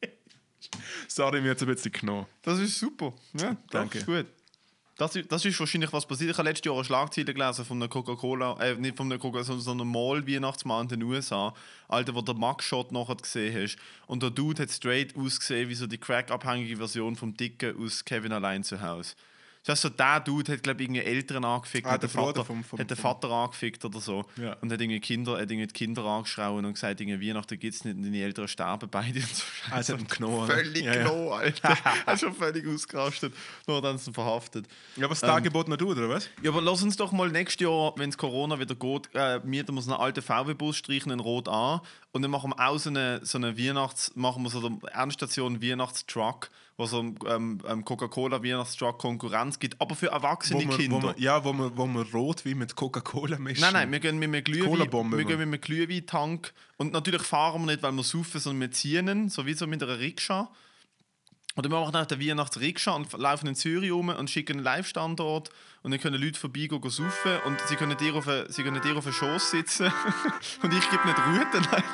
Sorry, mir hat es ein bisschen genommen. Das ist super. Ja, Danke. Das ist gut. Das ist, das ist wahrscheinlich was passiert. Ich habe letztes Jahr eine Schlagzeile gelesen von einer Coca-Cola, äh, nicht von einer Coca-Cola, sondern einem Mall-Weihnachtsmann in den U S A. Alter, wo der Mugshot nachher gesehen hast. Und der Dude hat straight ausgesehen wie so die crack-abhängige Version vom Dicken aus Kevin allein zu Hause. Das heißt, so der Dude hat, glaube ich, irgendwie Eltern angefickt, Ah, hat, der den Vater, Bruder vom- vom- hat den vom- Vater angefickt oder so. Ja. Und hat irgendwie Kinder, hat irgendwie die Kinder angeschrien und gesagt, irgendwie, Weihnachten gibt es nicht und deine Eltern sterben beide und so. Also hat ihn genommen. Völlig ja, ja. genommen, Alter. Er ist schon völlig ausgerastet. Nur dann sind sie verhaftet. Ja, was das Angebot noch tut, oder was? Ja, aber lass uns doch mal nächstes Jahr, wenn es Corona wieder geht, äh, mieten wir so einen alten V W-Bus, streichen ihn rot an und dann machen wir auch so eine, so eine Weihnachts-, machen wir so eine Endstation Weihnachtstruck, wo so ein ähm, ähm, Coca-Cola-Weihnachtstruck Konkurrenz gibt, aber für erwachsene Wo man, Kinder. wo man, ja, wo man, wo man rot wie mit Coca-Cola mischen. Nein, nein, wir gehen mit einem Glühwein, Cola-Bombe wir gehen immer. mit einem Glühweintank und natürlich fahren wir nicht, weil wir saufen, sondern wir ziehen ihn, sowieso mit einer Rikscha. Oder wir machen auch den Weihnachts-Rikscha und laufen in Zürich rum und schicken einen Live-Standort und dann können Leute vorbeigehen, gehen saufen und sie können dir auf, eine, sie können dir auf den Schoss sitzen und ich gebe nicht Ruhe dann halt.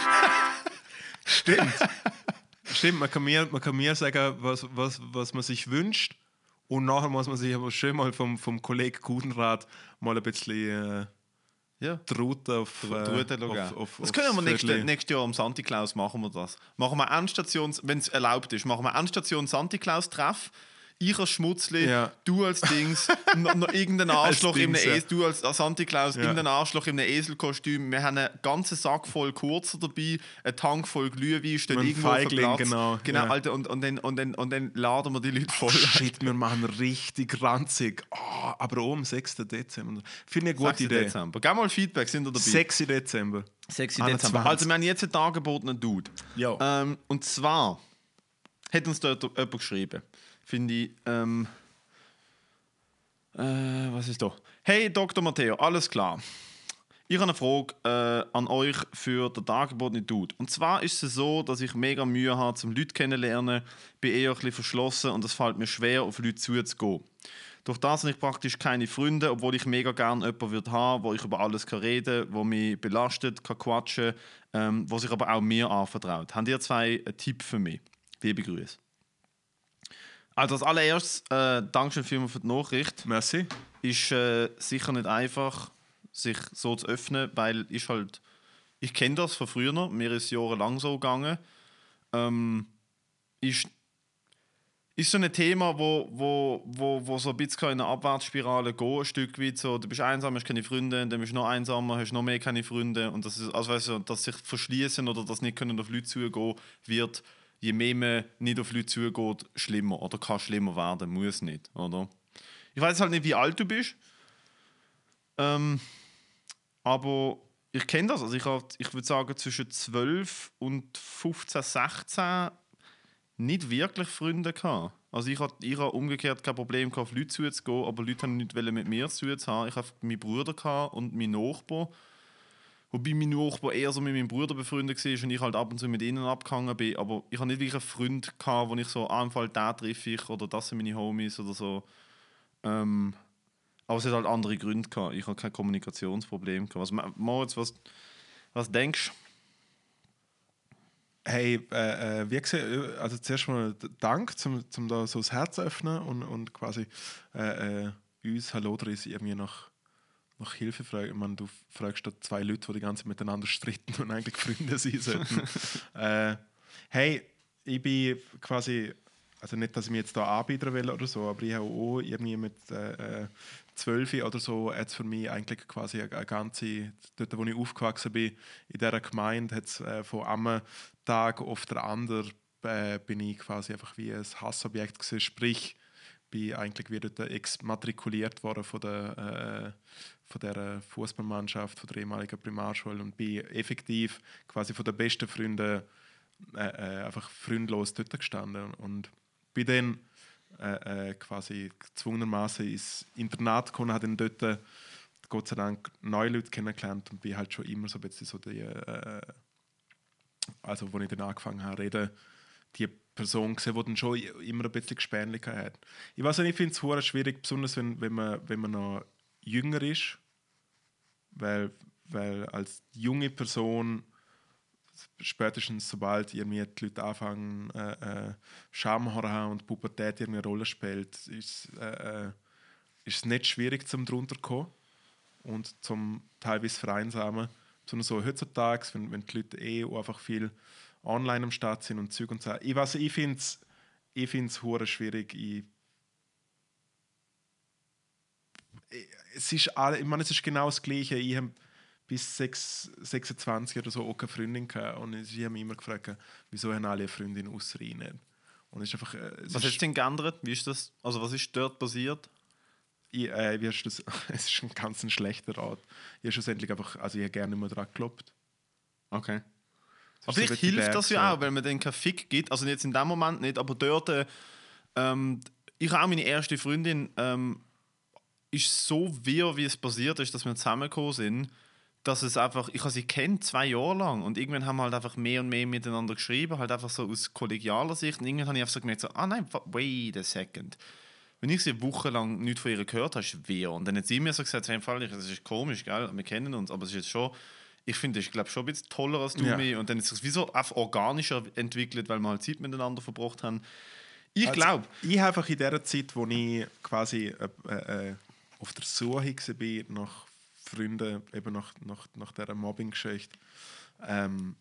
Stimmt. Stimmt, man kann, mir, man kann mir sagen, was, was, was man sich wünscht und nachher muss man sich aber schön mal vom, vom Kollegen Gudenrat mal ein bisschen... Äh, Ja. die Route auf, Die Route äh, schauen. auf, auf, Das aufs können wir nächstes, Viertel. nächstes Jahr am Santi Claus machen wir das. Machen wir Endstation, wenn es erlaubt ist, machen wir Endstation Santi Claus Treff. Ich als Schmutzli, Ja. du als Dings, noch, noch irgendein Arschloch in einem Dings, ja. Esel, du als, als Santi Claus, Ja. irgendein Arschloch in einem Eselkostüm. Wir haben einen ganzen Sack voll Kurzer dabei, einen Tank voll Glühwein, steht Und ein irgendwo auf dem Feigling, Platz. genau, genau ja. Alter, und, und, dann, und, dann, und dann laden wir die Leute voll. Shit, wir machen richtig ranzig. Oh, aber auch am sechsten Dezember. Finde ich eine gute sechsten Idee. Dezember. Gib mal Feedback, sind ihr dabei? sechsten Dezember. sechsten einundzwanzig. Dezember. Also wir haben jetzt ein Angebot einen Dude. Ja. Ähm, und zwar hat uns dort jemand geschrieben, finde ich, ähm, äh, was ist da? Hey Doktor Matteo, alles klar. Ich habe eine Frage äh, an euch für den dargebotenen Dude. Und zwar ist es so, dass ich mega Mühe habe, zum Leute kennenzulernen, bin eher ein bisschen verschlossen und es fällt mir schwer, auf Leute zuzugehen. Durch das habe ich praktisch keine Freunde, obwohl ich mega gerne jemanden würde haben, wo ich über alles kann reden kann, wo mich belastet, kann quatschen, ähm, wo sich aber auch mir anvertraut. Habt ihr zwei einen Tipp für mich? Liebe Grüße. Also als allererstes, äh, Dankeschön vielmals für die Nachricht. Merci. Ist äh, sicher nicht einfach, sich so zu öffnen, weil ich halt, ich kenne das von früher, mir ist es jahrelang so gegangen. Ähm, ist ist so ein Thema, wo, wo, wo, wo so ein bisschen in eine Abwärtsspirale geht, ein Stück weit so, du bist einsam, hast keine Freunde, dann bist du noch einsamer, hast noch mehr keine Freunde und das ist, also weißt du, dass sich verschließen oder das nicht können auf Leute zugehen wird, je mehr man nicht auf Leute zugeht, schlimmer oder kann schlimmer werden, muss nicht, oder? Ich weiß halt nicht, wie alt du bist, ähm, aber ich kenne das, also ich, hab, ich würde sagen zwischen zwölf und fünfzehn, sechzehn nicht wirklich Freunde gehabt. Also ich hatte ich hab umgekehrt kein Problem gehabt, auf Leute zuzugehen, aber Leute haben nicht mit mir zu haben. Ich hatte meinen Bruder gehabt und meinen Nachbar. Wobei mein Nachbar eher so mit meinem Bruder befreundet war und ich halt ab und zu mit ihnen abgehangen bin. Aber ich hatte nicht wirklich einen Freund gehabt, wo ich so, ah, im Fall den treffe ich oder das sind meine Homies oder so. Ähm, aber es hat halt andere Gründe gehabt. Ich hatte kein Kommunikationsproblem gehabt. Also, Moritz, was, was denkst du? Hey, äh, äh, wie gesagt, also zuerst mal Dank, zum, zum da so das Herz öffnen und, und quasi äh, äh, uns Hallodris irgendwie nach, nach Hilfe fragen. Ich meine, du fragst da zwei Leute, die die ganze Zeit miteinander stritten und eigentlich Freunde sein sollten. äh, hey, ich bin quasi, also nicht, dass ich mich jetzt da anbieten will oder so, aber ich habe auch irgendwie mit äh, zwölf oder so, hat es für mich eigentlich quasi eine, eine ganze, dort wo ich aufgewachsen bin, in dieser Gemeinde, hat es äh, von einem Tag auf den anderen äh, bin ich quasi einfach wie ein Hassobjekt gewesen. Sprich, bin eigentlich wieder exmatrikuliert worden von der, äh, von der Fußballmannschaft, von der ehemaligen Primarschule und bin effektiv quasi von den besten Freunden äh, äh, einfach freundlos dort gestanden und bin dann äh, äh, quasi gezwungenermaßen ins Internat gekommen, habe dann dort Gott sei Dank neue Leute kennengelernt und bin halt schon immer so ein bisschen so die, äh, also als ich dann angefangen habe zu reden, die Person gesehen, die dann schon immer ein bisschen Gespänlichkeit hat. Ich weiß nicht, ich finde es verdammt schwierig, besonders wenn, wenn, man, wenn man noch jünger ist, weil, weil als junge Person spätestens sobald irgendwie die Leute anfangen äh, äh, Schamhaare haben und Pubertät irgendwie eine Rolle spielt, ist äh, äh, es nicht schwierig, zum drunter zu kommen und zum teilweise vereinsamen. Sondern so heutzutage, wenn, wenn die Leute eh einfach viel online am Start sind und Zeug und so. Ich weiß, ich finde es ich find's hure schwierig. Ich, es ist alle, ich meine, es ist genau das Gleiche. Ich habe bis sechs, sechsundzwanzig oder so auch keine Freundin gehabt und ich habe mich immer gefragt, wieso haben alle eine Freundin außer ich nicht? Und es ist einfach, es was ist, ist denn geändert? Wie ist das? Also was ist dort passiert? Ich, äh, wie hast du das? Es ist ein ganz ein schlechter Rat. Ich habe schlussendlich einfach, also ich habe gerne immer daran geglaubt. Okay. Aber so vielleicht hilft das ja auch, weil man dann keinen Fick gibt. Also jetzt in dem Moment nicht, aber dort, äh, ähm, ich habe auch meine erste Freundin, ähm, ist so wirr, wie es passiert ist, dass wir zusammengekommen sind, dass es einfach, ich habe sie kennt zwei Jahre lang und irgendwann haben wir halt einfach mehr und mehr miteinander geschrieben, halt einfach so aus kollegialer Sicht und irgendwann habe ich einfach so gemerkt, so, ah nein, wait a second. Wenn ich sie eine Woche lang nichts von ihr gehört habe, ist es wirr. Und dann hat sie mir so gesagt, das ist komisch, gell? Wir kennen uns, aber es ist jetzt schon, ich finde, ich glaube schon ein bisschen toller als du ja. mich. Und dann ist es wie so organischer entwickelt, weil wir halt Zeit miteinander verbracht haben. Ich also, glaube... Ich habe einfach in der Zeit, wo ich quasi äh, äh, auf der Suche war nach Freunden, eben nach, nach, nach dieser Mobbing-Geschichte, ähm,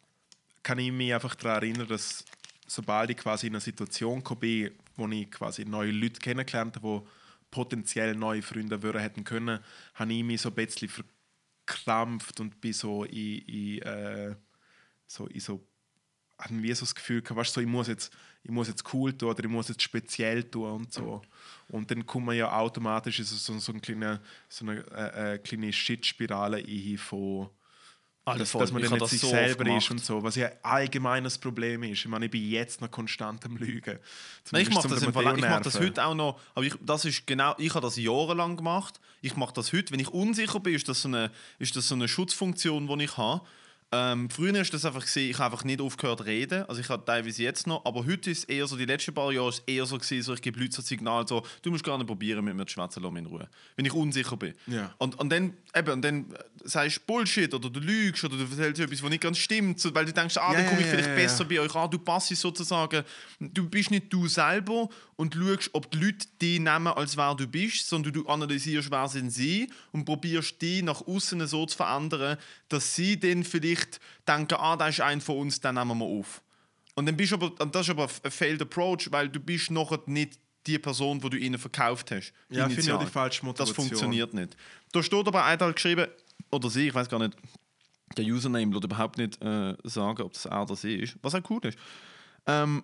kann ich mich einfach daran erinnern, dass sobald ich quasi in eine Situation bin, wo ich quasi neue Leute kennengelernt habe, die potenziell neue Freunde würden hätten können, habe ich mich so ein bisschen verkrampft und bin so in, in, äh, so, in so hatten wir so das Gefühl gehabt, weißt, so, ich, muss jetzt, ich muss jetzt cool tun oder ich muss jetzt speziell tun und so. Und dann kommt man ja automatisch in so, so, eine kleine, so eine äh, äh, kleine Shit-Spirale ein von Alter, dass, voll. dass man Ich dann hab nicht sich das so selber oft ist und so, was ja allgemein ein Problem ist. Ich meine, ich bin jetzt noch konstant am Lügen. Nein, ich mache das, im Fall, ich mach das nerven. heute auch noch, aber ich, das ist genau, ich habe das jahrelang gemacht. Ich mache das heute, wenn ich unsicher bin, ist das so eine, ist das so eine Schutzfunktion, die ich habe. Ähm, früher ist das einfach gesehen, ich habe einfach nicht aufgehört zu reden, also ich habe teilweise jetzt noch, aber heute ist es eher so, die letzten paar Jahre ist es eher so gewesen, so ich gebe Leuten so ein Signal, so, du musst gar nicht probieren mit mir zu schwätzen, lass mich in Ruhe, wenn ich unsicher bin. Ja. Und, und dann, eben, und dann sagst du Bullshit oder du lügst oder du erzählst etwas, was nicht ganz stimmt, so, weil du denkst, ah, ja, dann komme ich ja, vielleicht ja, besser ja. bei euch an, du passst sozusagen, du bist nicht du selber und schaust, ob die Leute dich nehmen, als wer du bist, sondern du analysierst, wer sind sie und probierst die nach außen so zu verändern, dass sie dann vielleicht denken, ah, das ist einer von uns, den nehmen wir auf. Und dann bist du aber, und das ist aber ein failed approach, weil du bist nachher nicht die Person, die du ihnen verkauft hast. Ja, finde ich auch initial. die falsche Motivation. Das funktioniert nicht. Da steht aber einer geschrieben, oder sie, ich weiß gar nicht, der Username will überhaupt nicht äh, sagen, ob das er oder sie ist, was auch cool ist. Ähm,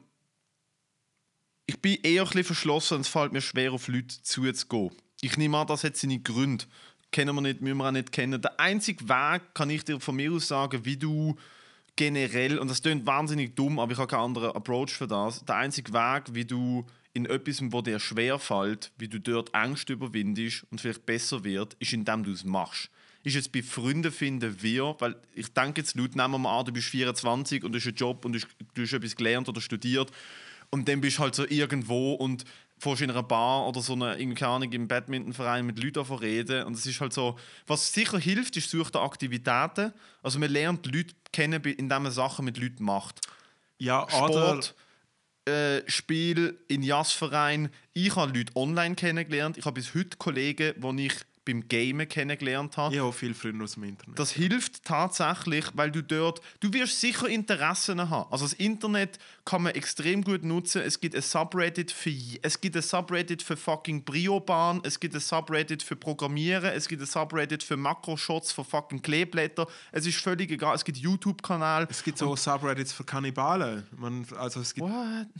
ich bin eher ein bisschen verschlossen und es fällt mir schwer, auf Leute zuzugehen. Ich nehme an, das hat seine Gründe. Kennen wir nicht, müssen wir auch nicht kennen. Der einzige Weg, kann ich dir von mir aus sagen, wie du generell, und das klingt wahnsinnig dumm, aber ich habe keinen anderen Approach für das, der einzige Weg, wie du in etwas, wo dir schwer fällt, wie du dort Angst überwindest und vielleicht besser wird, ist, indem du es machst. Ist jetzt bei Freunden finden wir, weil ich denke jetzt, laut nehmen wir mal an, du bist vierundzwanzig und du hast einen Job und du hast, du hast etwas gelernt oder studiert und dann bist du halt so irgendwo und fährst in einer Bar oder so eine, keine Ahnung, im Badmintonverein mit Leuten davon reden. Und es ist halt so, was sicher hilft, ist such dir Aktivitäten. Also man lernt Leute kennen, indem man Sachen mit Leuten macht. Ja, Sport, äh, Spiel, in Jazzverein. Ich habe Leute online kennengelernt. Ich habe bis heute Kollegen, die ich beim Gamen kennengelernt habe. Ich habe viele Freunde aus dem Internet. Das hilft tatsächlich, weil du dort, du wirst sicher Interessen haben. Also das Internet kann man extrem gut nutzen. Es gibt ein Subreddit für, es gibt ein Subreddit für fucking Briobahn, es gibt ein Subreddit für Programmieren, es gibt ein Subreddit für Makroshots, für fucking Kleeblätter. Es ist völlig egal. Es gibt YouTube-Kanal. Es gibt so Subreddits für Kannibalen. Man, also es gibt What?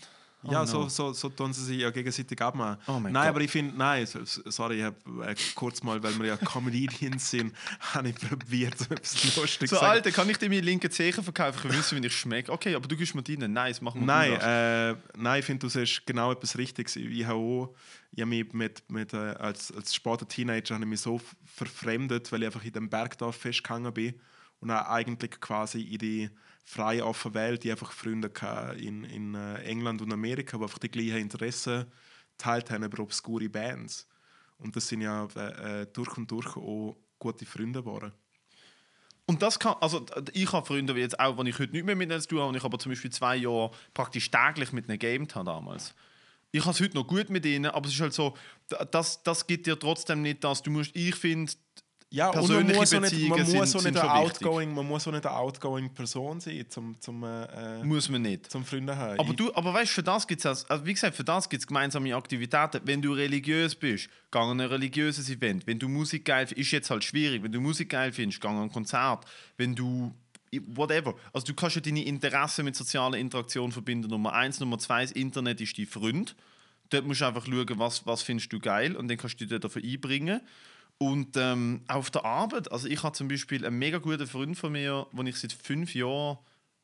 Ja, Oh, so, no. so, so tun sie sich ja gegenseitig abmachen. Oh mein nein, Gott. aber ich finde, nein, so- so- sorry, ich habe äh, kurz mal, weil wir ja Comedians sind, habe ich probiert, so etwas lustig So, zu sagen. Alter, kann ich dir meinen linken Zehen verkaufen? Ich will wissen, wie ich schmecke. Okay, aber du gibst mir deinen. Nice, machen wir Nein, Gulasch. äh, nein, ich finde, du sagst genau etwas Richtiges. Ich habe auch, ich habe mich mit, mit, äh, als, als später Teenager habe ich mich so f- verfremdet, weil ich einfach in dem Bergdorf festgehangen bin und auch eigentlich quasi in die freie, offene Welt, die einfach Freunde hatte in, in äh, England und Amerika, die einfach die gleichen Interessen geteilt haben über obskure Bands. Und das sind ja äh, äh, durch und durch auch gute Freunde geworden. Und das kann, also ich habe Freunde, wie jetzt auch, wenn ich heute nicht mehr mit ihnen zu tun habe, und ich aber zum Beispiel zwei Jahre praktisch täglich mit ihnen gegamed habe damals. Ich habe es heute noch gut mit ihnen, aber es ist halt so, das, das gibt dir trotzdem nicht das. Du musst, ich finde, Ja, und man persönliche muss, auch nicht, Beziehungen man, muss sind- auch sind nicht eine schon wichtig. outgoing, man muss auch nicht eine outgoing Person sein, zum, zum, äh, muss man nicht. zum Freunde haben. Aber Ich- du, aber weißt, für das gibt es, also wie gesagt, für das gibt es gemeinsame Aktivitäten. Wenn du religiös bist, geh an ein religiöses Event. Wenn du Musik geil findest, ist jetzt halt schwierig. Wenn du Musik geil findest, geh an ein Konzert. Wenn du whatever. Also du kannst ja deine Interessen mit sozialer Interaktion verbinden. Nummer eins, Nummer zwei, das Internet ist dein Freund. Dort musst du einfach schauen, was, was findest du geil und dann kannst du dich dafür einbringen. Und ähm, auf der Arbeit, also ich habe zum Beispiel einen mega guten Freund von mir, den ich seit fünf Jahren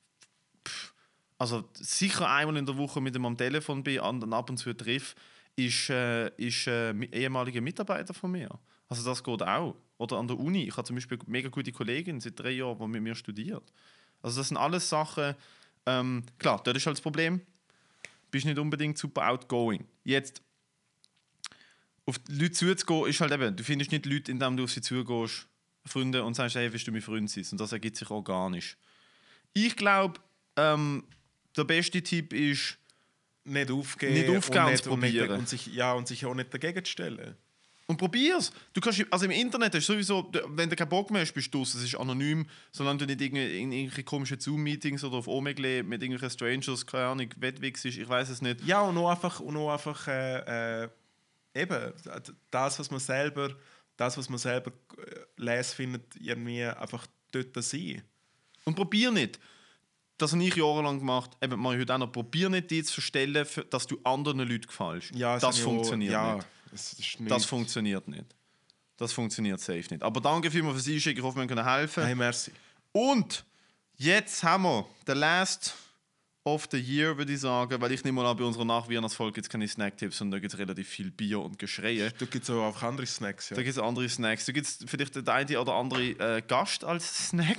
also sicher einmal in der Woche mit ihm am Telefon bin und ab und zu treffe, ist, äh, ist äh, mi- ehemaliger Mitarbeiter von mir. Also das geht auch. Oder an der Uni. Ich habe zum Beispiel eine mega gute Kollegin seit drei Jahren, die mit mir studiert. Also das sind alles Sachen, ähm, klar, dort ist halt das Problem, bist nicht unbedingt super outgoing. Jetzt, auf die Leute zuzugehen, ist halt eben, du findest nicht Leute, indem du auf sie zugehst, Freunde, und sagst, hey, willst du mein Freund sein? Und das ergibt sich organisch. Ich glaube, ähm, der beste Tipp ist, nicht aufgeben, Nicht aufgeben und, und nicht, und, nicht, probieren. und, sich, ja, und sich auch nicht dagegen stellen. und probier's. Du kannst, also im Internet ist sowieso, wenn du keinen Bock mehr hast, bist du es ist anonym, solange du nicht in irgendwelche komischen Zoom-Meetings oder auf Omegle mit irgendwelchen Strangers, keine Ahnung, wettwigst, ich weiß es nicht. Ja, und auch einfach, und auch einfach äh, äh, eben, das, was man selber, das, was man selber äh, les findet, irgendwie einfach dort sein. Und probier nicht. Das habe ich jahrelang gemacht. Eben, mache ich heute auch noch. Probier nicht, dich zu verstellen, für- dass du anderen Leuten gefällst. Ja, das sind ja funktioniert auch, ja, nicht. Es ist nicht. Das funktioniert nicht. Das funktioniert safe nicht. Aber danke vielmals fürs Einschicken. Ich hoffe, wir können helfen. Hey, merci. Und jetzt haben wir den Last of the Year, würde ich sagen. Weil ich nehme mal an, bei unserer Nachweihnachtsfolge gibt es keine Snacktipps, sondern da gibt es relativ viel Bier und Geschreie. Da gibt es auch einfach andere Snacks. Ja. Da gibt es andere Snacks. Da gibt es vielleicht den einen oder andere äh, Gast als Snack.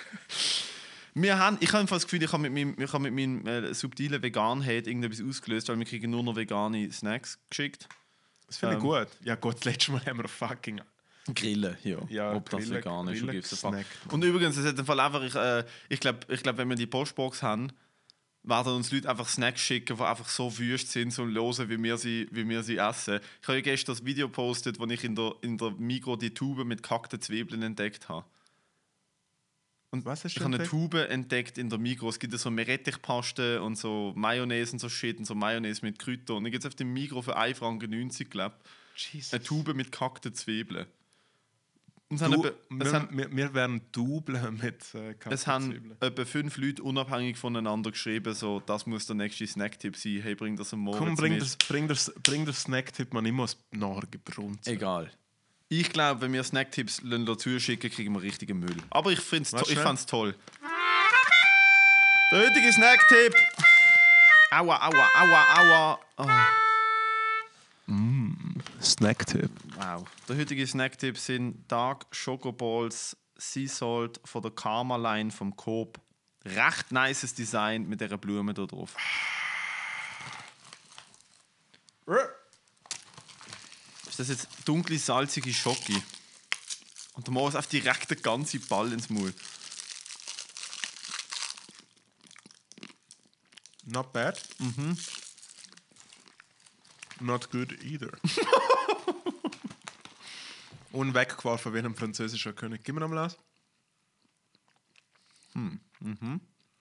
Wir haben, ich habe das Gefühl, ich habe mit meinem, ich habe mit meinem äh, subtilen Vegan-Hate irgendetwas ausgelöst, weil wir kriegen nur noch vegane Snacks geschickt. Das finde ich Ähm. gut. Ja gut, das letzte Mal haben wir fucking... Grillen, ja. Ja, Ob das Grillen- vegan ist, Grillen gibt es Fall. gesnackt. Und übrigens, es hat im Fall einfach, ich, äh, ich glaube, ich glaub, wenn wir die Postbox haben, werden uns Leute einfach Snacks schicken, die einfach so wüst sind, so hören, wie wir sie, wie wir sie essen. Ich habe ja gestern das Video gepostet, wo ich in der, in der Migros die Tube mit gehackten Zwiebeln entdeckt habe. Und Was hast ich du habe eine entdeckt? Tube entdeckt in der Migros. Es gibt ja so Meerrettichpaste und so Mayonnaise und so Shit und so Mayonnaise mit Kräutern. Und dann gibt es auf dem Migros für ein Franken neunzig, glaube ich, Jesus. eine Tube mit gehackten Zwiebeln. Und es Du, haben etwa- es wir, haben- wir, wir werden dubeln mit äh, es haben Kaffeezwiebeln. etwa fünf Leute unabhängig voneinander geschrieben, so, das muss der nächste Snacktipp sein. Hey, bring das am Morgen Komm, bring mit. das, bring das, bring das Snacktipp man immer nachher gebrunzen. Egal. Ich glaube, wenn wir Snacktipps dazu schicken, kriegen wir richtigen Müll. Aber ich, find's to- Was ich schnell? fand es toll. Der heutige Snacktipp. Aua, aua, aua, aua. Oh. Snacktipp. Wow. Der heutige Snacktipp sind Dark Chocoballs Sea Salt von der Karma Line vom Coop. Recht nices Design mit dieser Blume da drauf. Ist das jetzt dunkle, salzige Schoki? Und der Moritz auf direkt den ganzen Ball ins Maul. Not bad. Mhm. Not good either. Und weggeworfen wie ein französischer König. Gib mir noch mal was. Hm. Mhm.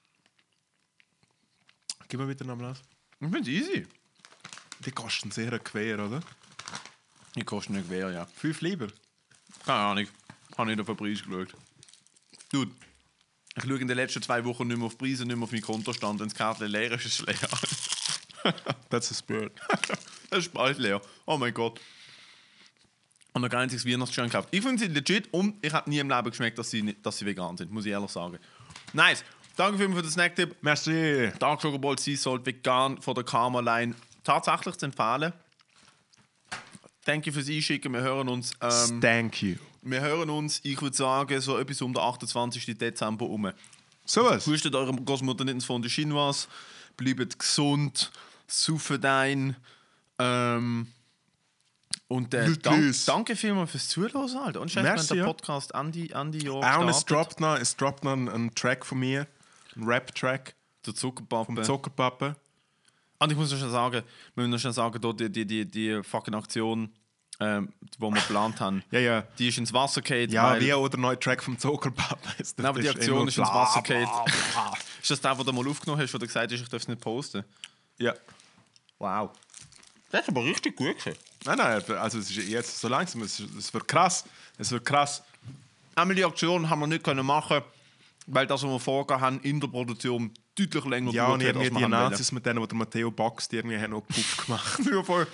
Gib mir bitte noch mal was. Ich finde es easy. Die kosten sehr quer, oder? Die kosten nicht quer, ja. Fünf lieber. Keine Ahnung. Habe nicht auf den Preis geschaut. Dude, ich schaue in den letzten zwei Wochen nicht mehr auf die Preise, nicht mehr auf meinen Kontostand. Wenn das Kärtchen leer ist, ist es leer. That's a spirit. Das ist bald leer. Oh mein Gott. Und noch kein einziges Weihnachtsgeschenk gekauft. Ich finde sie legit und ich habe nie im Leben geschmeckt, dass sie, nicht, dass sie vegan sind, muss ich ehrlich sagen. Nice. Danke vielmals für den Snacktipp. Merci. Dark Chocolate Sea Salt vegan von der Karma Line. Tatsächlich zu empfehlen. Thank you fürs Einschicken. Wir hören uns. Ähm, Thank you. wir hören uns, ich würde sagen, so etwas um den achtundzwanzigsten Dezember herum. So was. Hustet eure Großmutter nicht ins Fond de Chinoise. Bleibt gesund. Saufen ein. Ähm, und äh, dank, danke vielmals fürs Zuhören, Alter. Und scheiße, wenn der ja. Podcast Andi, Andi Jahr Auch es startet. droppt noch, es droppt noch ein, ein Track von mir. Ein Rap-Track. Der Zuckerpappe. Vom Zuckerpappe. Und ich muss noch schon sagen, wir müssen noch schon sagen, die, die, die, die fucking Aktion, ähm, die wir geplant haben, Ja, ja. die ist ins Wasser gefallen. Ja, weil, wie oder neue Track vom Zuckerpappe. Das, Nein, aber die das Aktion immer ist ins bla, Wasser bla, gefallen. bla. Ist das der, den du mal aufgenommen hast, wo du gesagt hast, ich darf es nicht posten? Ja. Wow. Das ist aber richtig gut gewesen. Nein, nein, also es ist jetzt so langsam, es, es wird krass. Es wird krass. Einmal die Aktion haben wir nicht können machen, weil das, was wir vorgehabt haben, in der Produktion deutlich länger Ja, und gedauert hat, irgendwie als wir die haben Nazis mit denen, die der Matteo boxt, die irgendwie haben noch Puff gemacht. wollen. Ja, voll.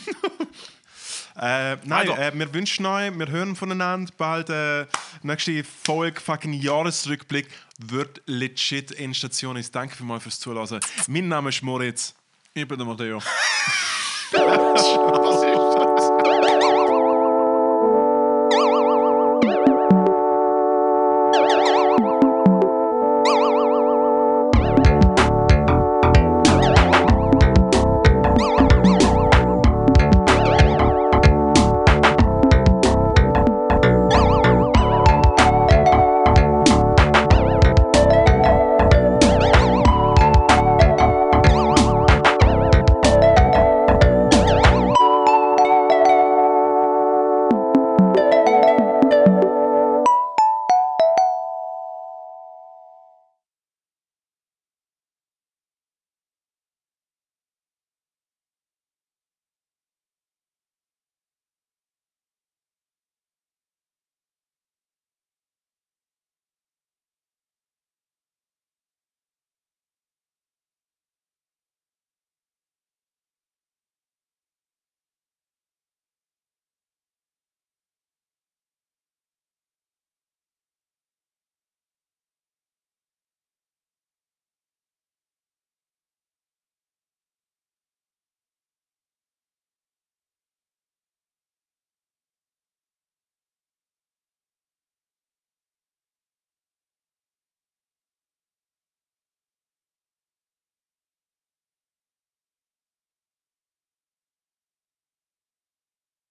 Äh, nein, Also. äh, wir wünschen euch, wir hören voneinander bald. Äh, nächste Folge, fucking Jahresrückblick, wird legit Endstation. Ich danke vielmals fürs Zuhören. Mein Name ist Moritz. Ich bin der Matteo. Tschüss.